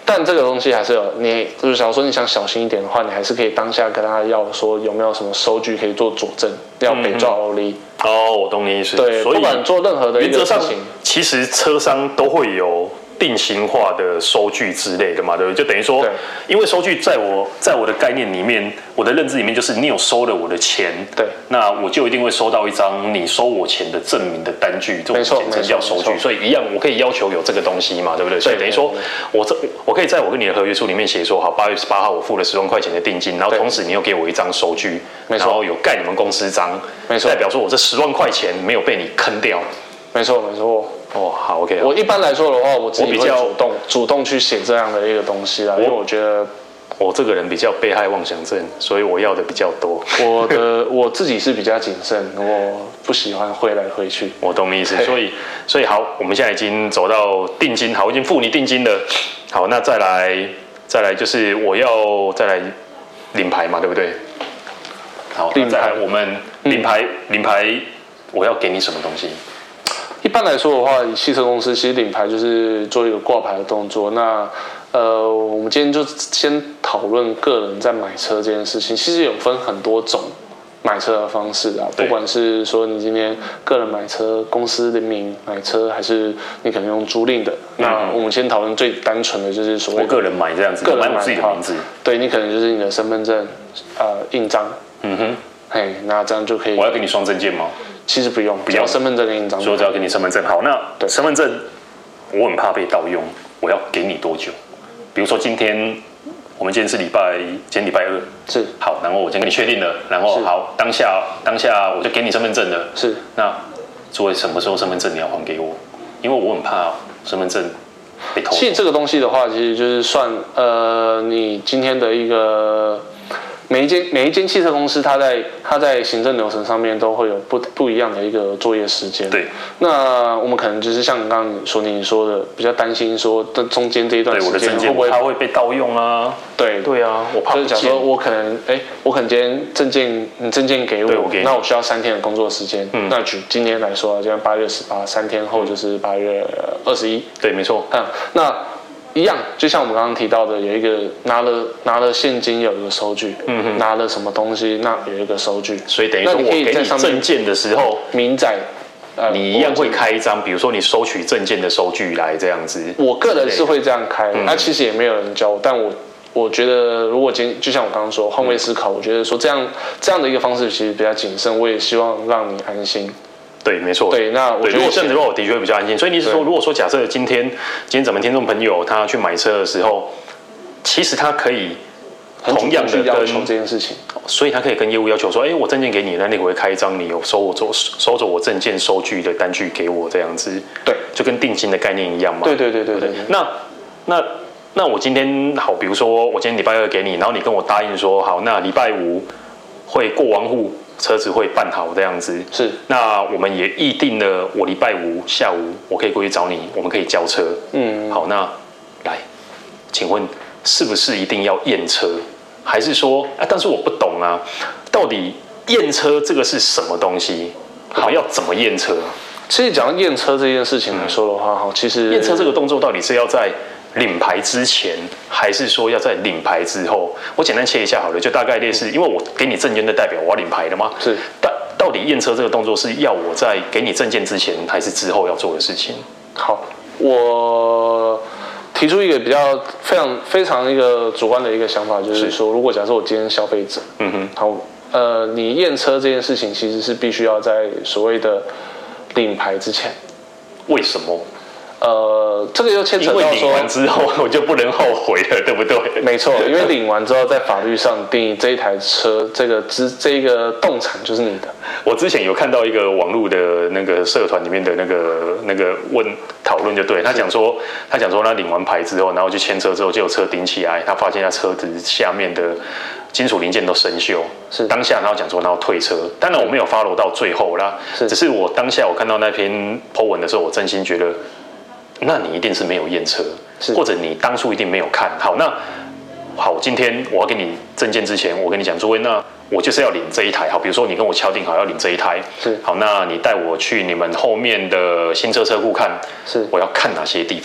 但这个东西还是有你，就是假如说你想小心一点的话，你还是可以当下跟他要说有没有什么收据可以做佐证，要北抓欧力。 哦，我懂你意思。 对，不管做任何的一个事情， 其实车商都会有定型化的收据之类的嘛，对不对？就等于说，因为收据在我在我的概念里面，我的认知里面就是你有收了我的钱， 对， 那我就一定会收到一张你收我钱的证明的单据，这种简称叫收据。所以一样，我可以要求有这个东西嘛，对不对？所以等于说，我这我可以在我跟你的合约书里面写说，好，八月十八号我付了十万块钱的定金，然后同时你又给我一张收据，然后有盖你们公司章， 没错， 代表说我这十万块钱没有被你坑掉。 没错，没错。 哦，好 ，OK。 我一般来说的话，我自己会主动主动去写这样的一个东西啦，因为我觉得我这个人比较被害妄想症，所以我要的比较多。 我的我自己是比较谨慎，我不喜欢挥来挥去。 我懂你意思，所以所以好，我们现在已经走到定金，好，我已经付你定金了。好，那再来再来就是我要再来领牌嘛，对不对？好，再来我们领牌、嗯、领牌，我要给你什么东西？ 一般来说的话，汽车公司其实领牌就是做一个挂牌的动作。那呃，我们今天就先讨论个人在买车这件事情。其实有分很多种买车的方式啊，不管是说你今天个人买车、公司联名买车，还是你可能用租赁的。嗯、那我们先讨论最单纯的就是所谓我个人买这样子，个人买我自己的名字。 对，你可能就是你的身份证呃印章。嗯哼，嘿，那这样就可以。 我要给你双证件吗？ 其实不用，不要身份证跟印章。 所以我只要给你身份证。好，那身份证我很怕被盗用，我要给你多久？比如说今天我们今天是礼拜，今天礼拜二， 是好，然后我先跟你确定了，然后好，当下当下我就给你身份证了。 是， 那作为什么时候身份证你要还给我？因为我很怕身份证被偷。 其实这个东西的话，其实就是算呃你今天的一个。每一间每一间汽车公司，它在它在行政流程上面都会有不不一样的一个作业时间。 对。 那我们可能就是像刚刚说你说的，比较担心说这中间这一段时间会不会它会被盗用啊？ 对对啊，我怕。 就是假如说我可能哎，我可能今天证件你证件给我， 我给那我需要三天的工作时间。嗯。那举今天来说，今天八月十八，三天后就是八月二十一。 对，没错。 嗯，那。一样，就像我们刚刚提到的，有一个拿了拿了现金有一个收据，嗯哼，拿了什么东西那有一个收据， 所以等于说我给你证件的时候， 明载， 呃，你一样会开一张，比如说你收取证件的收据来这样子。 我个人是会这样开，那、嗯啊、其实也没有人教我，但我我觉得如果今天就像我刚刚说换位思考，我觉得说这样这样的一个方式其实比较谨慎，我也希望让你安心。 对，没错。 对，那我觉得如果这样子的话，我的确会比较安心。所以你是说，如果说假设今天今天咱们听众朋友他去买车的时候，其实他可以同样的要求这件事情， 所以他可以跟业务要求说，哎，我证件给你，那你会开一张你有收我收收着我证件收据的单据给我这样子。 对， 就跟定金的概念一样嘛。 对对对对对。 那那那我今天好，比如说我今天礼拜二给你，然后你跟我答应说好，那礼拜五会过完户。车子会办好这样子， 是。 那我们也议定了，我礼拜五下午我可以过去找你，我们可以交车。嗯，好，那来，请问是不是一定要验车，还是说啊？但是我不懂啊，到底验车这个是什么东西？我们要怎么验车？ 其实讲到验车这件事情来说的话，哈、嗯，其实验车这个动作到底是要在领牌之前，还是说要在领牌之后？我简单切一下好了，就大概类似，因为我给你证件的代表，我要领牌了吗？ 是。 到到底验车这个动作是要我在给你证件之前，还是之后要做的事情？ 好，我提出一个比较非常非常一个主观的一个想法，就是说，如果假设我今天消费者，嗯哼，好，呃，你验车这件事情其实是必须要在所谓的领牌之前。 为什么？ 呃，这个又牵扯到说， 因为领完之后我就不能后悔了，对不对？ 没错，因为领完之后，在法律上定义这一台车，这个资这一个动产就是你的。 我之前有看到一个网络的那个社团里面的那个那个问讨论，就对他讲说，他讲说他领完牌之后，然后去牵车之后，就有车顶起来，他发现他车子下面的金属零件都生锈， 是当下然后讲说然后退车，当然我没有 follow 到最后啦，是只是我当下我看到那篇 po 文的时候，我真心觉得。那你一定是没有验车，或者你当初一定没有看好。那好，今天我要给你证件之前，我跟你讲，诸位，那我就是要领这一台。好，比如说你跟我敲定好要领这一台， 是好，那你带我去你们后面的新车车库看， 是我要看哪些地方？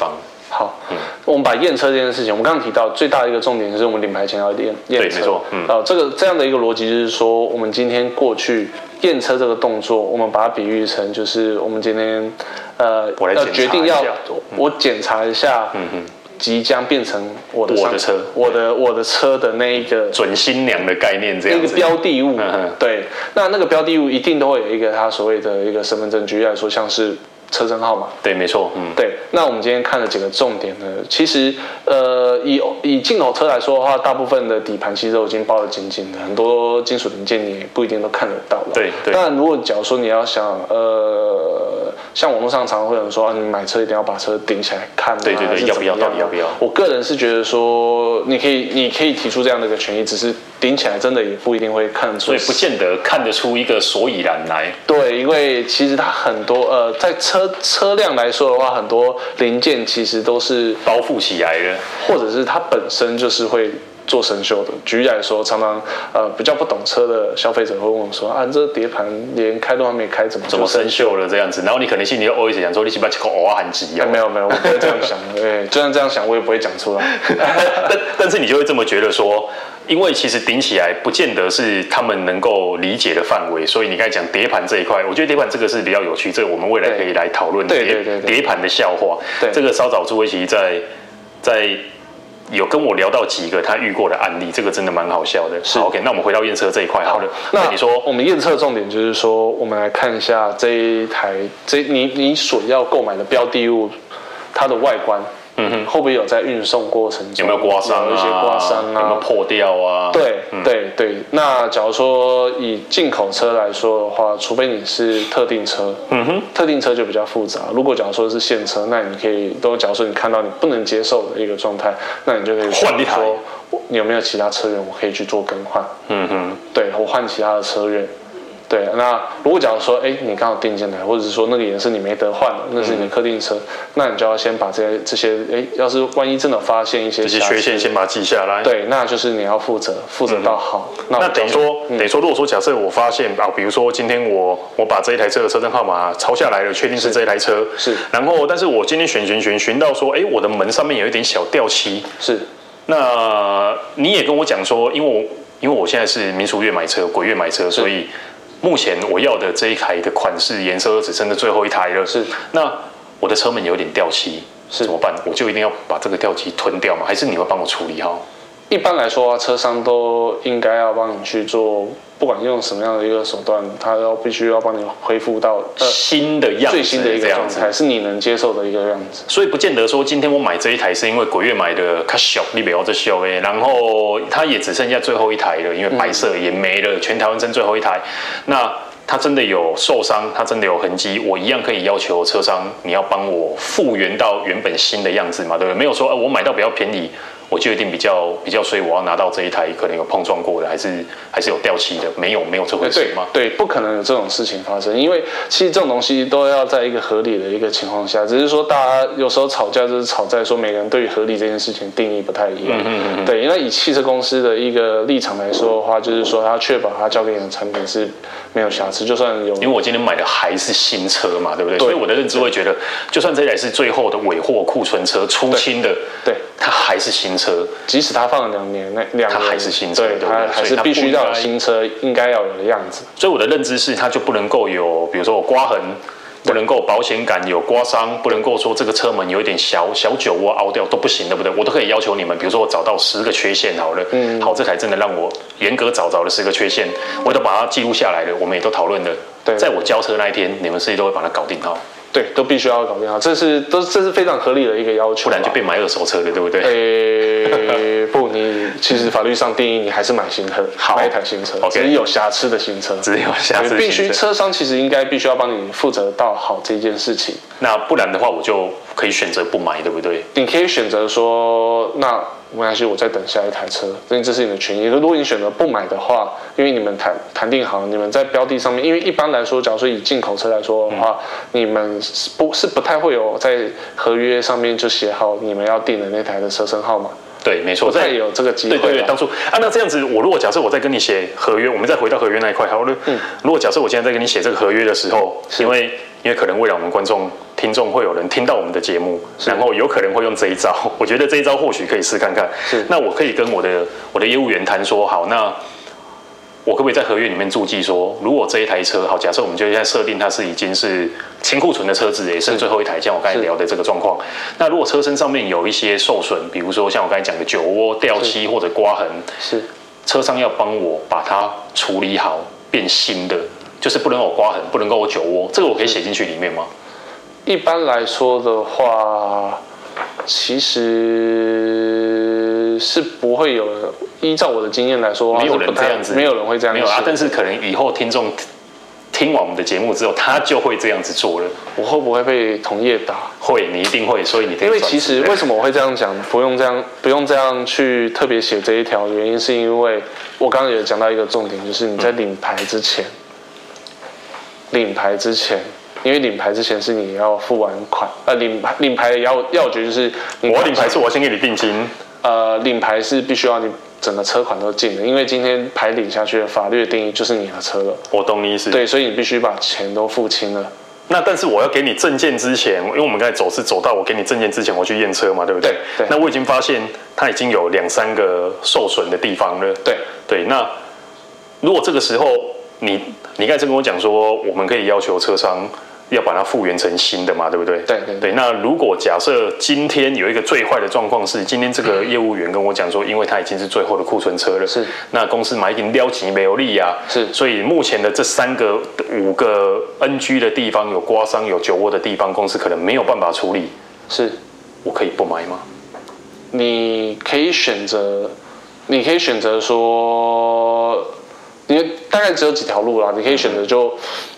好，嗯，我们把验车这件事情，我们刚刚提到最大的一个重点就是我们领牌前要验验车， 对，没错，嗯， 呃，这个这样的一个逻辑就是说，我们今天过去验车这个动作，我们把它比喻成就是我们今天呃要决定要我检查一下，嗯哼。即将变成我的我的车， 我的我的车的那一个准新娘的概念，这样子， 那个标的物，嗯、对，那那个标的物一定都会有一个它所谓的一个身份证，举例来说，像是车身号码， 对，没错，嗯， 对。那我们今天看了几个重点呢？其实，呃，以以进口车来说的话，大部分的底盘其实都已经包得紧紧的，很多金属零件你也不一定都看得到了。 对对。 当然，如果假如说你要想，呃，像网络上常常会有人说，啊，你买车一定要把车顶起来看、啊， 对对对，要不要？到底要不要？ 我个人是觉得说，你可以你可以提出这样的一个权益，只是顶起来真的也不一定会看得出， 所以不见得看得出一个所以然来。 对，因为其实它很多呃，在车车辆来说的话，很多零件其实都是包覆起来的， 或者是它本身就是会做生锈的。举例来说，常常呃比较不懂车的消费者会问我说啊，这碟盘连开都还没开，怎么怎么生锈了这样子？然后你可能心里就 always 想说，你是不是这个偶尔很急啊？ 没有没有，我不会这样想。对，就算这样想，我也不会讲出来。 但但是你就会这么觉得说。因为其实顶起来不见得是他们能够理解的范围，所以你刚才讲碟盘这一块，我觉得碟盘这个是比较有趣，这个我们未来可以来讨论碟碟盘的笑话。这个稍早朱威奇在在有跟我聊到几个他遇过的案例，这个真的蛮好笑的。是 OK， 那我们回到验车这一块好了。 那你说我们验车重点就是说，我们来看一下这一台这你你所要购买的标的物，它的外观。嗯哼，会不会有在运送过程中有没有刮伤啊？ 有一些刮伤啊？ 有没有破掉啊？ 对、嗯、对对。那假如说以进口车来说的话，除非你是特定车，嗯哼，特定车就比较复杂。如果假如说是现车，那你可以都假如说你看到你不能接受的一个状态，那你就可以换一台。 你有没有其他车源我可以去做更换？嗯哼，对我换其他的车源。对，那如果假如说，哎，你刚好订进来，或者是说那个颜色你没得换了，那是你的客定车，嗯、那你就要先把这些这些，哎，要是万一真的发现一些这些缺陷，先把它记下来。 对，那就是你要负责，负责到好。 嗯、那, 那等于说，嗯、等于说，如果说假设我发现啊，比如说今天我我把这一台车的车身号码抄下来了，确定是这一台车， 是， 然后但是我今天选选选选到说，哎，我的门上面有一点小掉漆， 是， 那你也跟我讲说，因为我因为我现在是民俗月买车，鬼月买车，所以。目前我要的这一台的款式颜色只剩下最后一台了。是，那我的车门有点掉漆，怎么办？我就一定要把这个掉漆吞掉吗？还是你会帮我处理好？ 一般来说，车商都应该要帮你去做，不管用什么样的一个手段，他都必须要帮你恢复到、呃、 新的样子， 最新的一个状态，是你能接受的一个样子。 所以不见得说今天我买这一台是因为鬼月买的较小，你不要这小哎，然后它也只剩下最后一台了，因为白色也没了，嗯、全台湾剩最后一台，那。它真的有受伤，它真的有痕迹，我一样可以要求车商，你要帮我复原到原本新的样子嘛，对不对？没有说，呃，我买到比较便宜，我就一定比较比较，所以我要拿到这一台可能有碰撞过的，还是还是有掉漆的，没有没有这回事吗？ 对，对，不可能有这种事情发生，因为其实这种东西都要在一个合理的一个情况下，只是说大家有时候吵架就是吵在说每个人对于合理这件事情定义不太一样。嗯嗯嗯对，因为以汽车公司的一个立场来说的话，就是说他确保他交给你的产品是没有瑕疵，就算有， 因为我今天买的还是新车嘛，对不对？对，所以我的认知会觉得，就算这台是最后的尾货库存车出清的， 对， 它还是新车， 即使它放了两年，那两年它还是新车， 对，它还是必须要有新车应该要有的样子。 所以我的认知是，它就不能够有，比如说有刮痕，不能够保险杆有刮伤，不能够说这个车门有一点小小酒窝凹掉都不行，对不对？我都可以要求你们，比如说我找到十个缺陷好了，嗯，好，这台真的让我严格找着了十个缺陷，我都把它记录下来了，我们也都讨论了。对，在我交车那一天，你们是都会把它搞定好。 对，都必须要搞定好，这是都这是非常合理的一个要求， 不然就变买二手车了，对不对？ 诶，不，你其实法律上定义你还是买新车，买一台新车， okay, 只有瑕疵的新车， 只有瑕疵的新车， 必须车商其实应该必须要帮你负责到好这件事情。 那不然的话，我就可以选择不买，对不对？ 你可以选择说，那没关系，我再等下一台车，因为这是你的权益。如果你选择不买的话，因为你们谈谈定好，你们在标的上面，因为一般来说，假如说以进口车来说的话，嗯、你们不是不太会有在合约上面就写好你们要订的那台的车身号码。 对，没错， 不太有这个机会。 对对对，当初啊，那这样子，我如果假设我在跟你写合约，我们再回到合约那一块好了。嗯，如果假设我现在在跟你写这个合约的时候，因为因为可能未来我们观众、听众会有人听到我们的节目，然后有可能会用这一招，我觉得这一招或许可以试看看。是，那我可以跟我的我的业务员谈说，好，那我可不可以在合约里面注记说，如果这一台车，好，假设我们就现在设定它是已经是清库存的车子，也剩最后一台，像我刚才聊的这个状况。那如果车身上面有一些受损，比如说像我刚才讲的酒窝、掉漆或者刮痕，是车商要帮我把它处理好，变新的，就是不能有刮痕，不能够有酒窝，这个我可以写进去里面吗？ 一般来说的话，其实是不会有人。依照我的经验来说， 没有人这样子， 没有人会这样子， 没有啊。但是可能以后听众听完我们的节目之后，他就会这样子做了。 我会不会被同业打？ 会，你一定会。所以你因为其实为什么我会这样讲，不用这样，不用这样去特别写这一条，原因是因为我刚刚有讲到一个重点，就是你在领牌之前，嗯、领牌之前。因为领牌之前是你要付完款，呃，领领牌的要要诀就是你， 我领牌是我先给你定金， 呃，领牌是必须要你整个车款都进的，因为今天牌领下去的法律的定义就是你的车了。 我懂你意思。 对，所以你必须把钱都付清了。 那但是我要给你证件之前，因为我们刚才走是走到我给你证件之前，我去验车嘛，对不对？ 对。 那我已经发现它已经有两三个受损的地方了。 对对。那如果这个时候你你刚才跟我讲说，我们可以要求车商要把它复原成新的嘛，对不对？ 对对对, 对。那如果假设今天有一个最坏的状况是，今天这个业务员跟我讲说，因为他已经是最后的库存车了， 是。 那公司买已经撩起没有力啊， 是。 所以目前的这三个五个 N G 的地方有刮伤、有酒窝的地方，公司可能没有办法处理。 是。 我可以不买吗？ 你可以选择，你可以选择说，因为大概只有几条路啦，你可以选择就，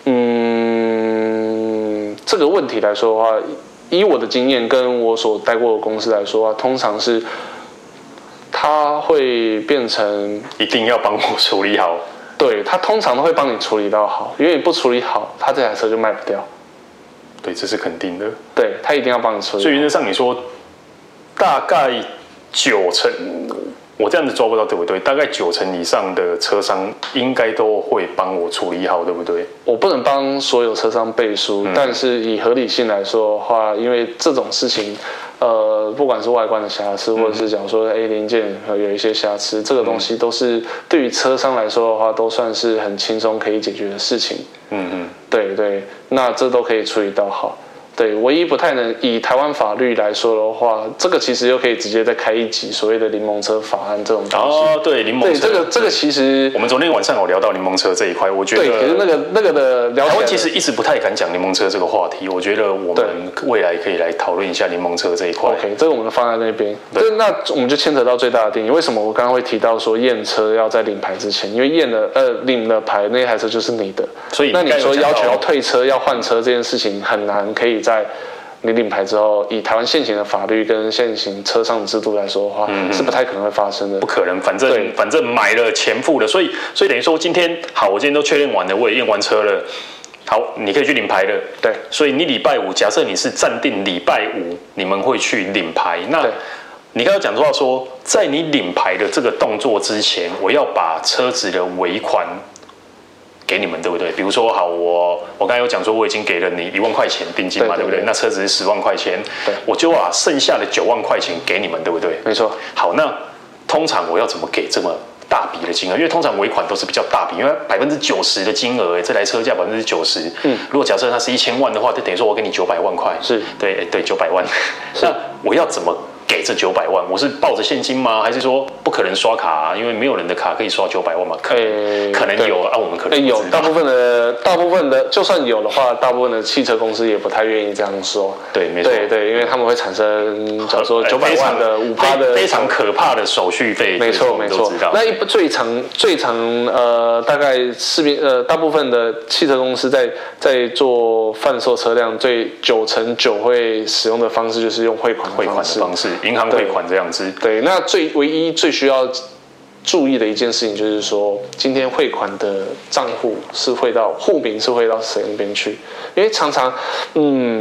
嗯，这个问题来说的话，以我的经验跟我所待过的公司来说啊，通常是它会变成一定要帮我处理好， 对，它通常都会帮你处理到好，因为你不处理好，它这台车就卖不掉。 对，这是肯定的。 对，它一定要帮你处理好。 所以原则上你说，大概九成。我这样子抓不到对不对？大概九成以上的车商应该都会帮我处理好，对不对？ 我不能帮所有车商背书，嗯、但是以合理性来说的话，因为这种事情，呃，不管是外观的瑕疵，或者是讲说 A 零件有一些瑕疵，这个东西都是对于车商来说的话，都算是很轻松可以解决的事情。嗯嗯，对对，那这都可以处理到好。对，唯一不太能以台湾法律来说的话，这个其实又可以直接再开一集所谓的柠檬车法案这种东西。 哦，对，柠檬车。 对，这个这个其实我们昨天晚上有聊到柠檬车这一块，我觉得。 对，可是那个那个的聊起来， 台湾其实一直不太敢讲柠檬车这个话题，我觉得我们未来可以来讨论一下柠檬车这一块。 OK， 这个我们放在那边。对，那我们就牵扯到最大的定义。为什么我刚刚会提到说验车要在领牌之前？因为验了呃领了牌，那台车就是你的。 所以那你说要求要退车、要换车这件事情，很难可以在。你领牌之后，以台湾现行的法律跟现行车上的制度来说的话，嗯、是不太可能会发生的。 不可能，反正反正买了钱付了，所以所以等于说今天好，我今天都确认完了，我也验完车了，好，你可以去领牌了。 对， 所以你礼拜五，假设你是暂定礼拜五，你们会去领牌。那你刚刚讲到说，在你领牌的这个动作之前，我要把车子的尾款给你们，对不对？比如说，好，我我刚才有讲说，我已经给了你一万块钱定金嘛， 对, 对, 对, 对不对？那车子是十万块钱，对，我就把剩下的九万块钱给你们，对不对？ 没错。 好，那通常我要怎么给这么大笔的金额？因为通常尾款都是比较大笔，因为百分之九十的金额，这台车价百分之九十，嗯，如果假设它是一千万的话，就等于说我给你九百万块， 是对对九百万。那我要怎么给这九百万？我是抱着现金吗？还是说不可能刷卡、啊？因为没有人的卡可以刷九百万嘛？可能、欸、可能有啊，我们可能有。大部分的大部分的，就算有的话，大部分的汽车公司也不太愿意这样说。 对，没错。对对，因为他们会产生，假如说九百万的五趴的非常可怕的手续费。 没错没错。那一最常最常呃，大概市面呃，大部分的汽车公司在在做贩售车辆，最九成九会使用的方式就是用汇款汇款的方式。银行汇款这样子， 对，那最唯一最需要注意的一件事情就是说，今天汇款的账户是汇到户名是汇到谁那边去？因为常常，嗯，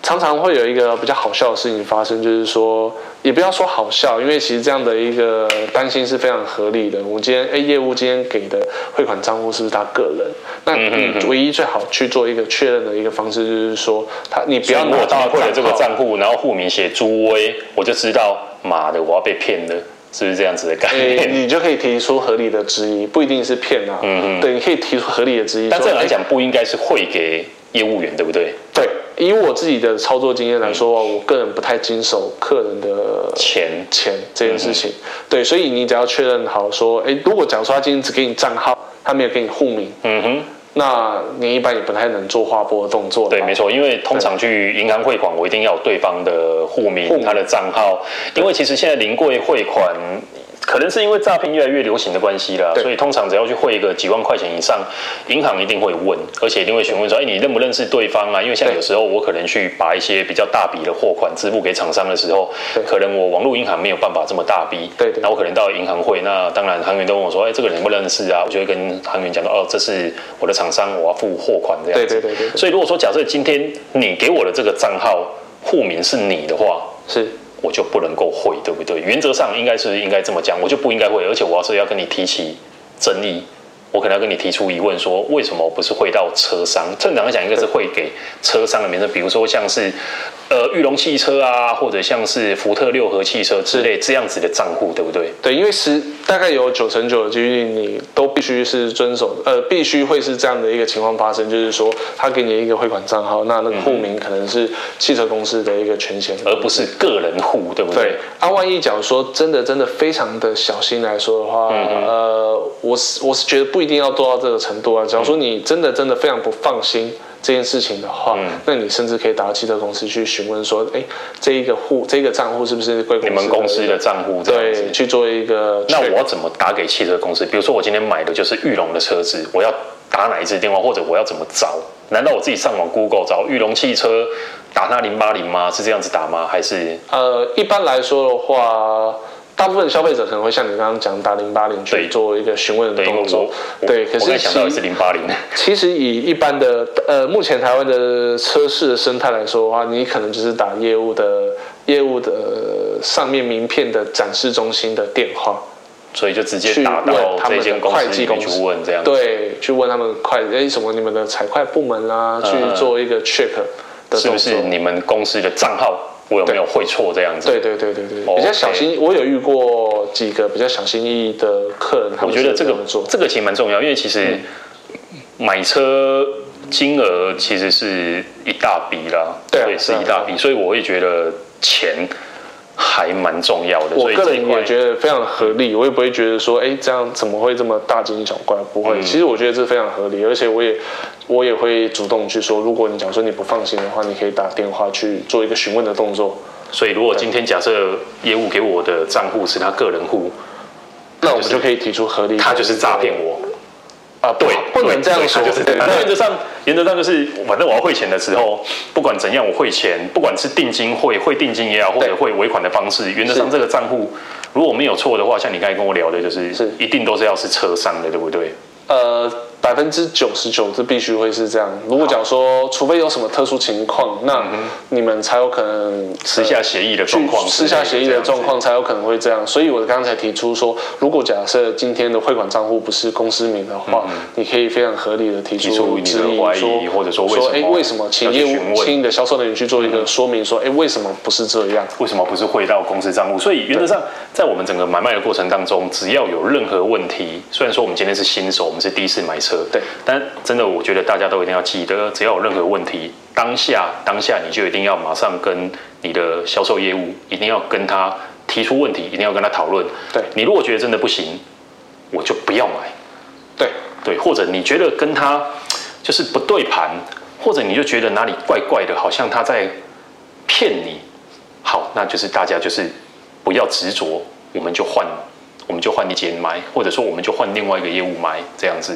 常常会有一个比较好笑的事情发生，就是说，也不要说好笑，因为其实这样的一个担心是非常合理的。我们今天，哎，业务今天给的汇款账户是不是他个人？那你唯一最好去做一个确认的一个方式，就是说，他你不要拿到汇了这个账户，然后户名写朱威，我就知道，妈的，我要被骗了。是不是这样子的概念？ 你就可以提出合理的质疑，不一定是骗啊。嗯嗯。对，你可以提出合理的质疑。 但这样来讲，不应该是汇给业务员，对不对？ 对，以我自己的操作经验来说，嗯、我个人不太经手客人的钱钱这件事情。嗯、对，所以你只要确认好说，哎，如果假如说他今天只给你账号，他没有给你户名，嗯哼。那你一般也不太能做划拨的动作。 对，没错，因为通常去银行汇款，我一定要有对方的户名、他的账号，因为其实现在临柜汇款。可能是因为诈骗越来越流行的关系啦，所以通常只要去汇一个几万块钱以上，银行一定会问，而且一定会询问说：“哎，你认不认识对方啊？”因为像有时候我可能去把一些比较大笔的货款支付给厂商的时候，可能我网络银行没有办法这么大笔，对，那我可能到银行汇，那当然行员都问我说：“哎，这个人认不认识啊？”我就会跟行员讲说：“哦，这是我的厂商，我要付货款这样子。”对对对对。所以如果说假设今天你给我的这个账号户名是你的话，是。我就不能够汇，对不对？原则上应该是应该这么讲，我就不应该汇，而且我要是要跟你提起争议，我可能要跟你提出疑问，说为什么我不是汇到车商？正常来讲，应该是汇给车商的名称，比如说像是呃裕隆汽车啊，或者像是福特六合汽车之类这样子的账户，对不对？ 对，因为十大概有九成九的几率，你都必须是遵守，呃，必须会是这样的一个情况发生，就是说他给你一个汇款账号，那那个户名可能是汽车公司的一个权限， 而不是个人户，对不对？ 对。啊，万一假如说真的真的非常的小心来说的话，嗯、呃，我是我是觉得不一定要做到这个程度啊。假如说你真的真的非常不放心这件事情的话，嗯、那你甚至可以打到汽车公司去询问说，哎，这一个户这个账户是不是贵公司你们公司的账户？ 对，去做一个。 那我要怎么打给汽车公司？比如说我今天买的就是裕隆的车子，我要打哪一支电话，或者我要怎么找？难道我自己上网 Google 找裕隆汽车打那零八零吗？是这样子打吗？还是呃，一般来说的话，大部分消费者可能会像你刚刚讲打零八零去做一个询问的动作。对，可是我想到的是零八零。 其实以一般的呃，目前台湾的车市的生态来说的话，你可能就是打业务的业务的上面名片的展示中心的电话。 所以就直接打到这间公司里面去问这样子， 对，去问他们会哎什么你们的财会部门啊，去做一个 check 的是不是你们公司的账号我有没有汇错这样子？ 对对对对对，比较小心。我有遇过几个比较小心翼翼的客人， 我觉得这个这个其实蛮重要，因为其实买车金额其实是一大笔啦，对，是一大笔，所以我会觉得钱还蛮重要的， 我个人也觉得非常合理，我也不会觉得说，哎，这样怎么会这么大惊小怪？不会，嗯、其实我觉得这非常合理，而且我也我也会主动去说，如果你讲说你不放心的话，你可以打电话去做一个询问的动作。 所以，如果今天假设业务给我的账户是他个人户， 那我们就可以提出合理， 他就是诈骗我。 啊，对，不能这样说。 就是这样。原则上，原则上就是，反正我要汇钱的时候，不管怎样，我汇钱，不管是定金汇、汇定金也好，或者汇尾款的方式，原则上这个账户如果没有错的话，像你刚才跟我聊的，就是是一定都是要是车商的，对不对？ 呃，百分之九十九是必须会是这样。如果讲说，除非有什么特殊情况，那你们才有可能私下协议的状况， 私下协议的状况才有可能会这样。所以我刚才提出说，如果假设今天的汇款账户不是公司名的话，嗯、你可以非常合理的提出质疑，说或者说为什么哎为什么请业务请你的销售人员去做一个说明，说哎为什么不是这样？ 为什么不是汇到公司账户？所以原则上，在我们整个买卖的过程当中，只要有任何问题，虽然说我们今天是新手，我们是第一次买车。对，但真的，我觉得大家都一定要记得，只要有任何问题，当下当下你就一定要马上跟你的销售业务，一定要跟他提出问题，一定要跟他讨论。对，你如果觉得真的不行，我就不要买。 对对，或者你觉得跟他就是不对盘，或者你就觉得哪里怪怪的，好像他在骗你，好，那就是大家就是不要执着，我们就换。我们就换一间买，或者说我们就换另外一个业务买，这样子。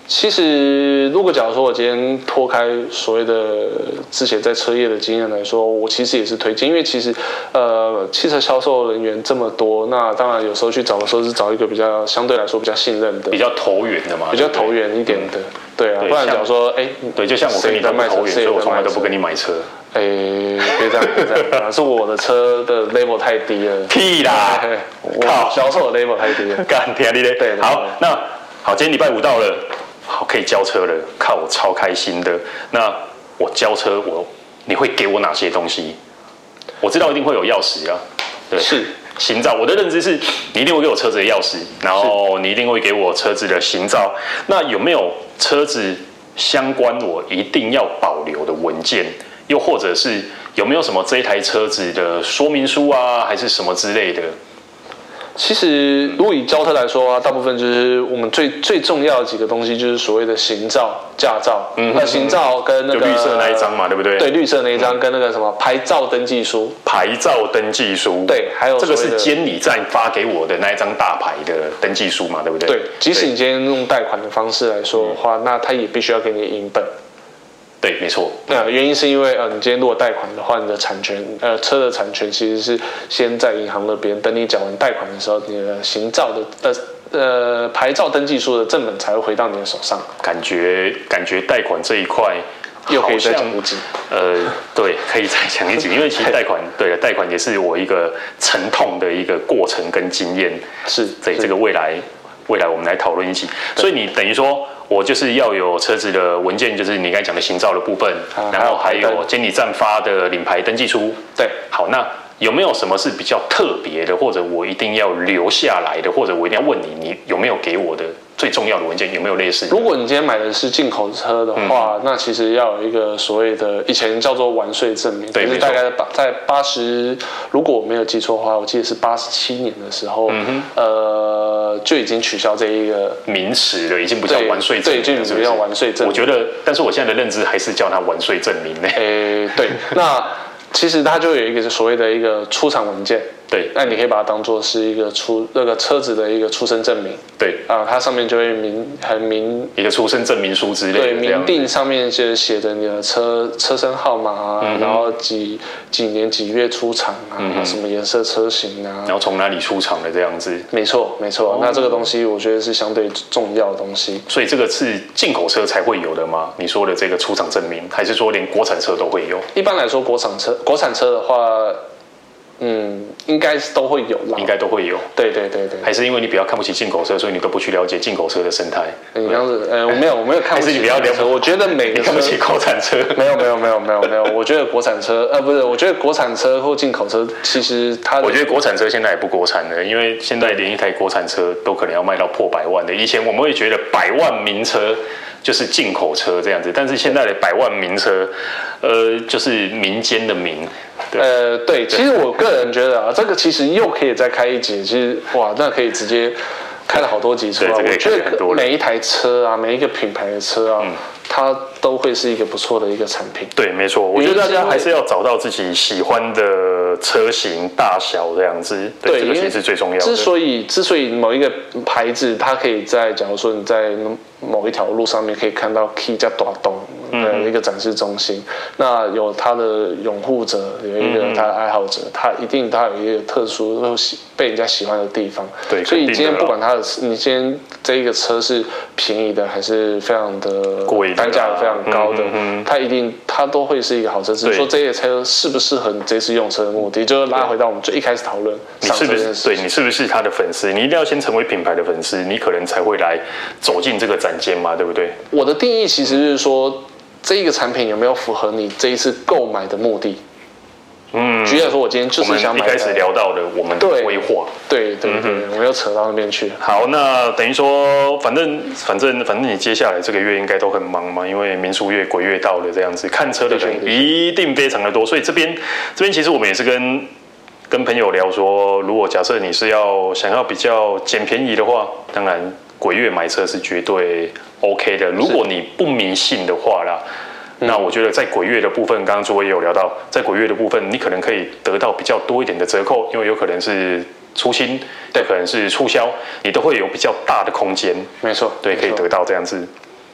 其实，如果假如说我今天脱开所谓的之前在车业的经验来说，我其实也是推荐，因为其实，呃，汽车销售人员这么多，那当然有时候去找的时候是找一个比较相对来说比较信任的、 比较投缘的嘛， 比较投缘一点的，嗯、对啊， 对不然假如说，哎， 对，就像我跟你都不投缘，所以我从来都不跟你买车。 哎，别这样，别这样，是我的车的 level 太低了。 屁啦！ 靠，销售的 level 太低了。 干天你嘞！ 对， 好，那好，今天礼拜五到了。好，可以交车了，靠，我超开心的。那我交车，我你会给我哪些东西？我知道一定会有钥匙啊，对， 是行照。我的认知是，你一定会给我车子的钥匙，然后你一定会给我车子的行照。那有没有车子相关我一定要保留的文件？又或者是有没有什么这一台车子的说明书啊，还是什么之类的？ 其实，如果以交车来说啊，大部分就是我们最最重要的几个东西，就是所谓的行照、驾照。嗯，那行照跟那个绿色那一张嘛，对不对？ 对，绿色那一张跟那个什么牌照登记书。 牌照登记书。 对，还有这个是监理站发给我的那一张大牌的登记书嘛，对不对？ 对，即使你今天用贷款的方式来说的话，那他也必须要给你影本。 对，没错。 那原因是因为呃，你今天如果贷款的话，你的产权呃车的产权其实是先在银行那边，等你缴完贷款的时候，你的行照的呃呃牌照登记书的正本才会回到你的手上。 感觉感觉贷款这一块又可以再讲一集。 呃，对，可以再讲一集，因为其实贷款对了，贷款也是我一个沉痛的一个过程跟经验。 是， 对这个未来未来我们来讨论一起。所以你等于说。我就是要有车子的文件，就是你刚才讲的行照的部分，啊、然后还有监理站发的领牌登记书。 对， 好，那有没有什么是比较特别的，或者我一定要留下来的，或者我一定要问你，你有没有给我的最重要的文件？有没有类似？ 如果你今天买的是进口车的话，嗯、那其实要有一个所谓的以前叫做完税证明， 对， 就是大概在八十，如果我没有记错的话，我记得是八十七年的时候，嗯、呃，就已经取消这一个名词了，已经不叫完税证明， 对，已经不叫完税证明。 我觉得，但是我现在的认知还是叫它完税证明呢。 诶，对，那其实它就有一个所谓的一个出厂文件。 对， 那你可以把它当做是一个出那个车子的一个出生证明。 对啊，它上面就会明很明一个出生证明书之类的。 对，明定上面就写着你的车车身号码啊，嗯、然后几几年几月出厂啊，嗯、什么颜色车型啊， 然后从哪里出厂的这样子。 没错，没错。哦、那这个东西我觉得是相对重要的东西。 所以这个是进口车才会有的吗？你说的这个出厂证明，还是说连国产车都会有？ 一般来说，国产车国产车的话。嗯，应该是都会有啦， 应该都会有。 对对对对， 还是因为你比较看不起进口车，所以你都不去了解进口车的生态。 你这样子，呃，我没有，我没有看不起。 还是你比较了解？ 我觉得每个你看不起国产车？ 没有没有没有没有没有，我觉得国产车，呃，不是，我觉得国产车或进口车，其实它， 我觉得国产车现在也不国产了，因为现在连一台国产车都可能要卖到破百万的。以前我们会觉得百万名车就是进口车这样子，但是现在的百万名车，呃，就是民间的民。 呃，对，其实我个人觉得啊，这个其实又可以再开一集，其实哇，那可以直接开了好多集出来。 我觉得每一台车啊，每一个品牌的车啊，嗯、它都会是一个不错的一个产品。 对，没错，我觉得大家还是要找到自己喜欢的车型、大小这样子。对，这个其实是最重要的。 之所以之所以某一个牌子，它可以在假如说你在某一条路上面可以看到 Key 加大东。的一个展示中心，嗯、那有他的拥护者，有一个他的爱好者，嗯、他一定他有一个特殊被人家喜欢的地方。 对， 所以今天不管他的，你今天这一个车是便宜的还是非常的贵， 单价非常高的，嗯、他一定他都会是一个好车。只是说这些车适不适合你这次用车的目的，就是拉回到我们最一开始讨论， 你是不是对你是不是他的粉丝？你一定要先成为品牌的粉丝，你可能才会来走进这个展间嘛，对不对？ 我的定义其实是说。这一个产品有没有符合你这一次购买的目的？嗯，举例来说，我今天就是想买。 我们一开始聊到的我们的规划， 对对对，嗯、我们又扯到那边去。 好，那等于说，反正反正反正你接下来这个月应该都很忙嘛，因为民俗月、鬼月到了这样子，看车的人一定非常的多，所以这边这边其实我们也是跟跟朋友聊说，如果假设你是要想要比较捡便宜的话，当然鬼月买车是绝对 OK 的。如果你不迷信的话啦。那我觉得在鬼月的部分，刚刚诸位也有聊到，在鬼月的部分，你可能可以得到比较多一点的折扣，因为有可能是出清，对，可能是促销，你都会有比较大的空间。 没错， 对，可以得到这样子。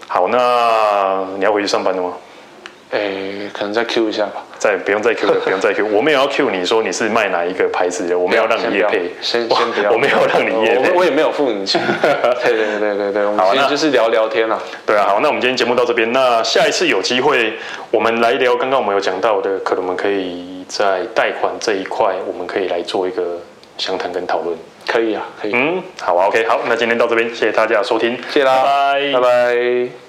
好，那你要回去上班了吗？ 诶，可能再 Q 一下吧。 再不用再 Q 了，不用再 Q。我们也要 Q 你说你是卖哪一个牌子的，我们要让你业配。 先先不要， 我没有让你业配， 我也没有付你钱。对对对对对，我们今天就是聊聊天啦。 对啊，好，那我们今天节目到这边，那下一次有机会我们来聊刚刚我们有讲到的，可能我们可以在贷款这一块，我们可以来做一个详谈跟讨论。 可以啊，可以。 嗯，好啊 ，OK， 好，那今天到这边，谢谢大家的收听， 谢啦， 拜拜， 拜拜。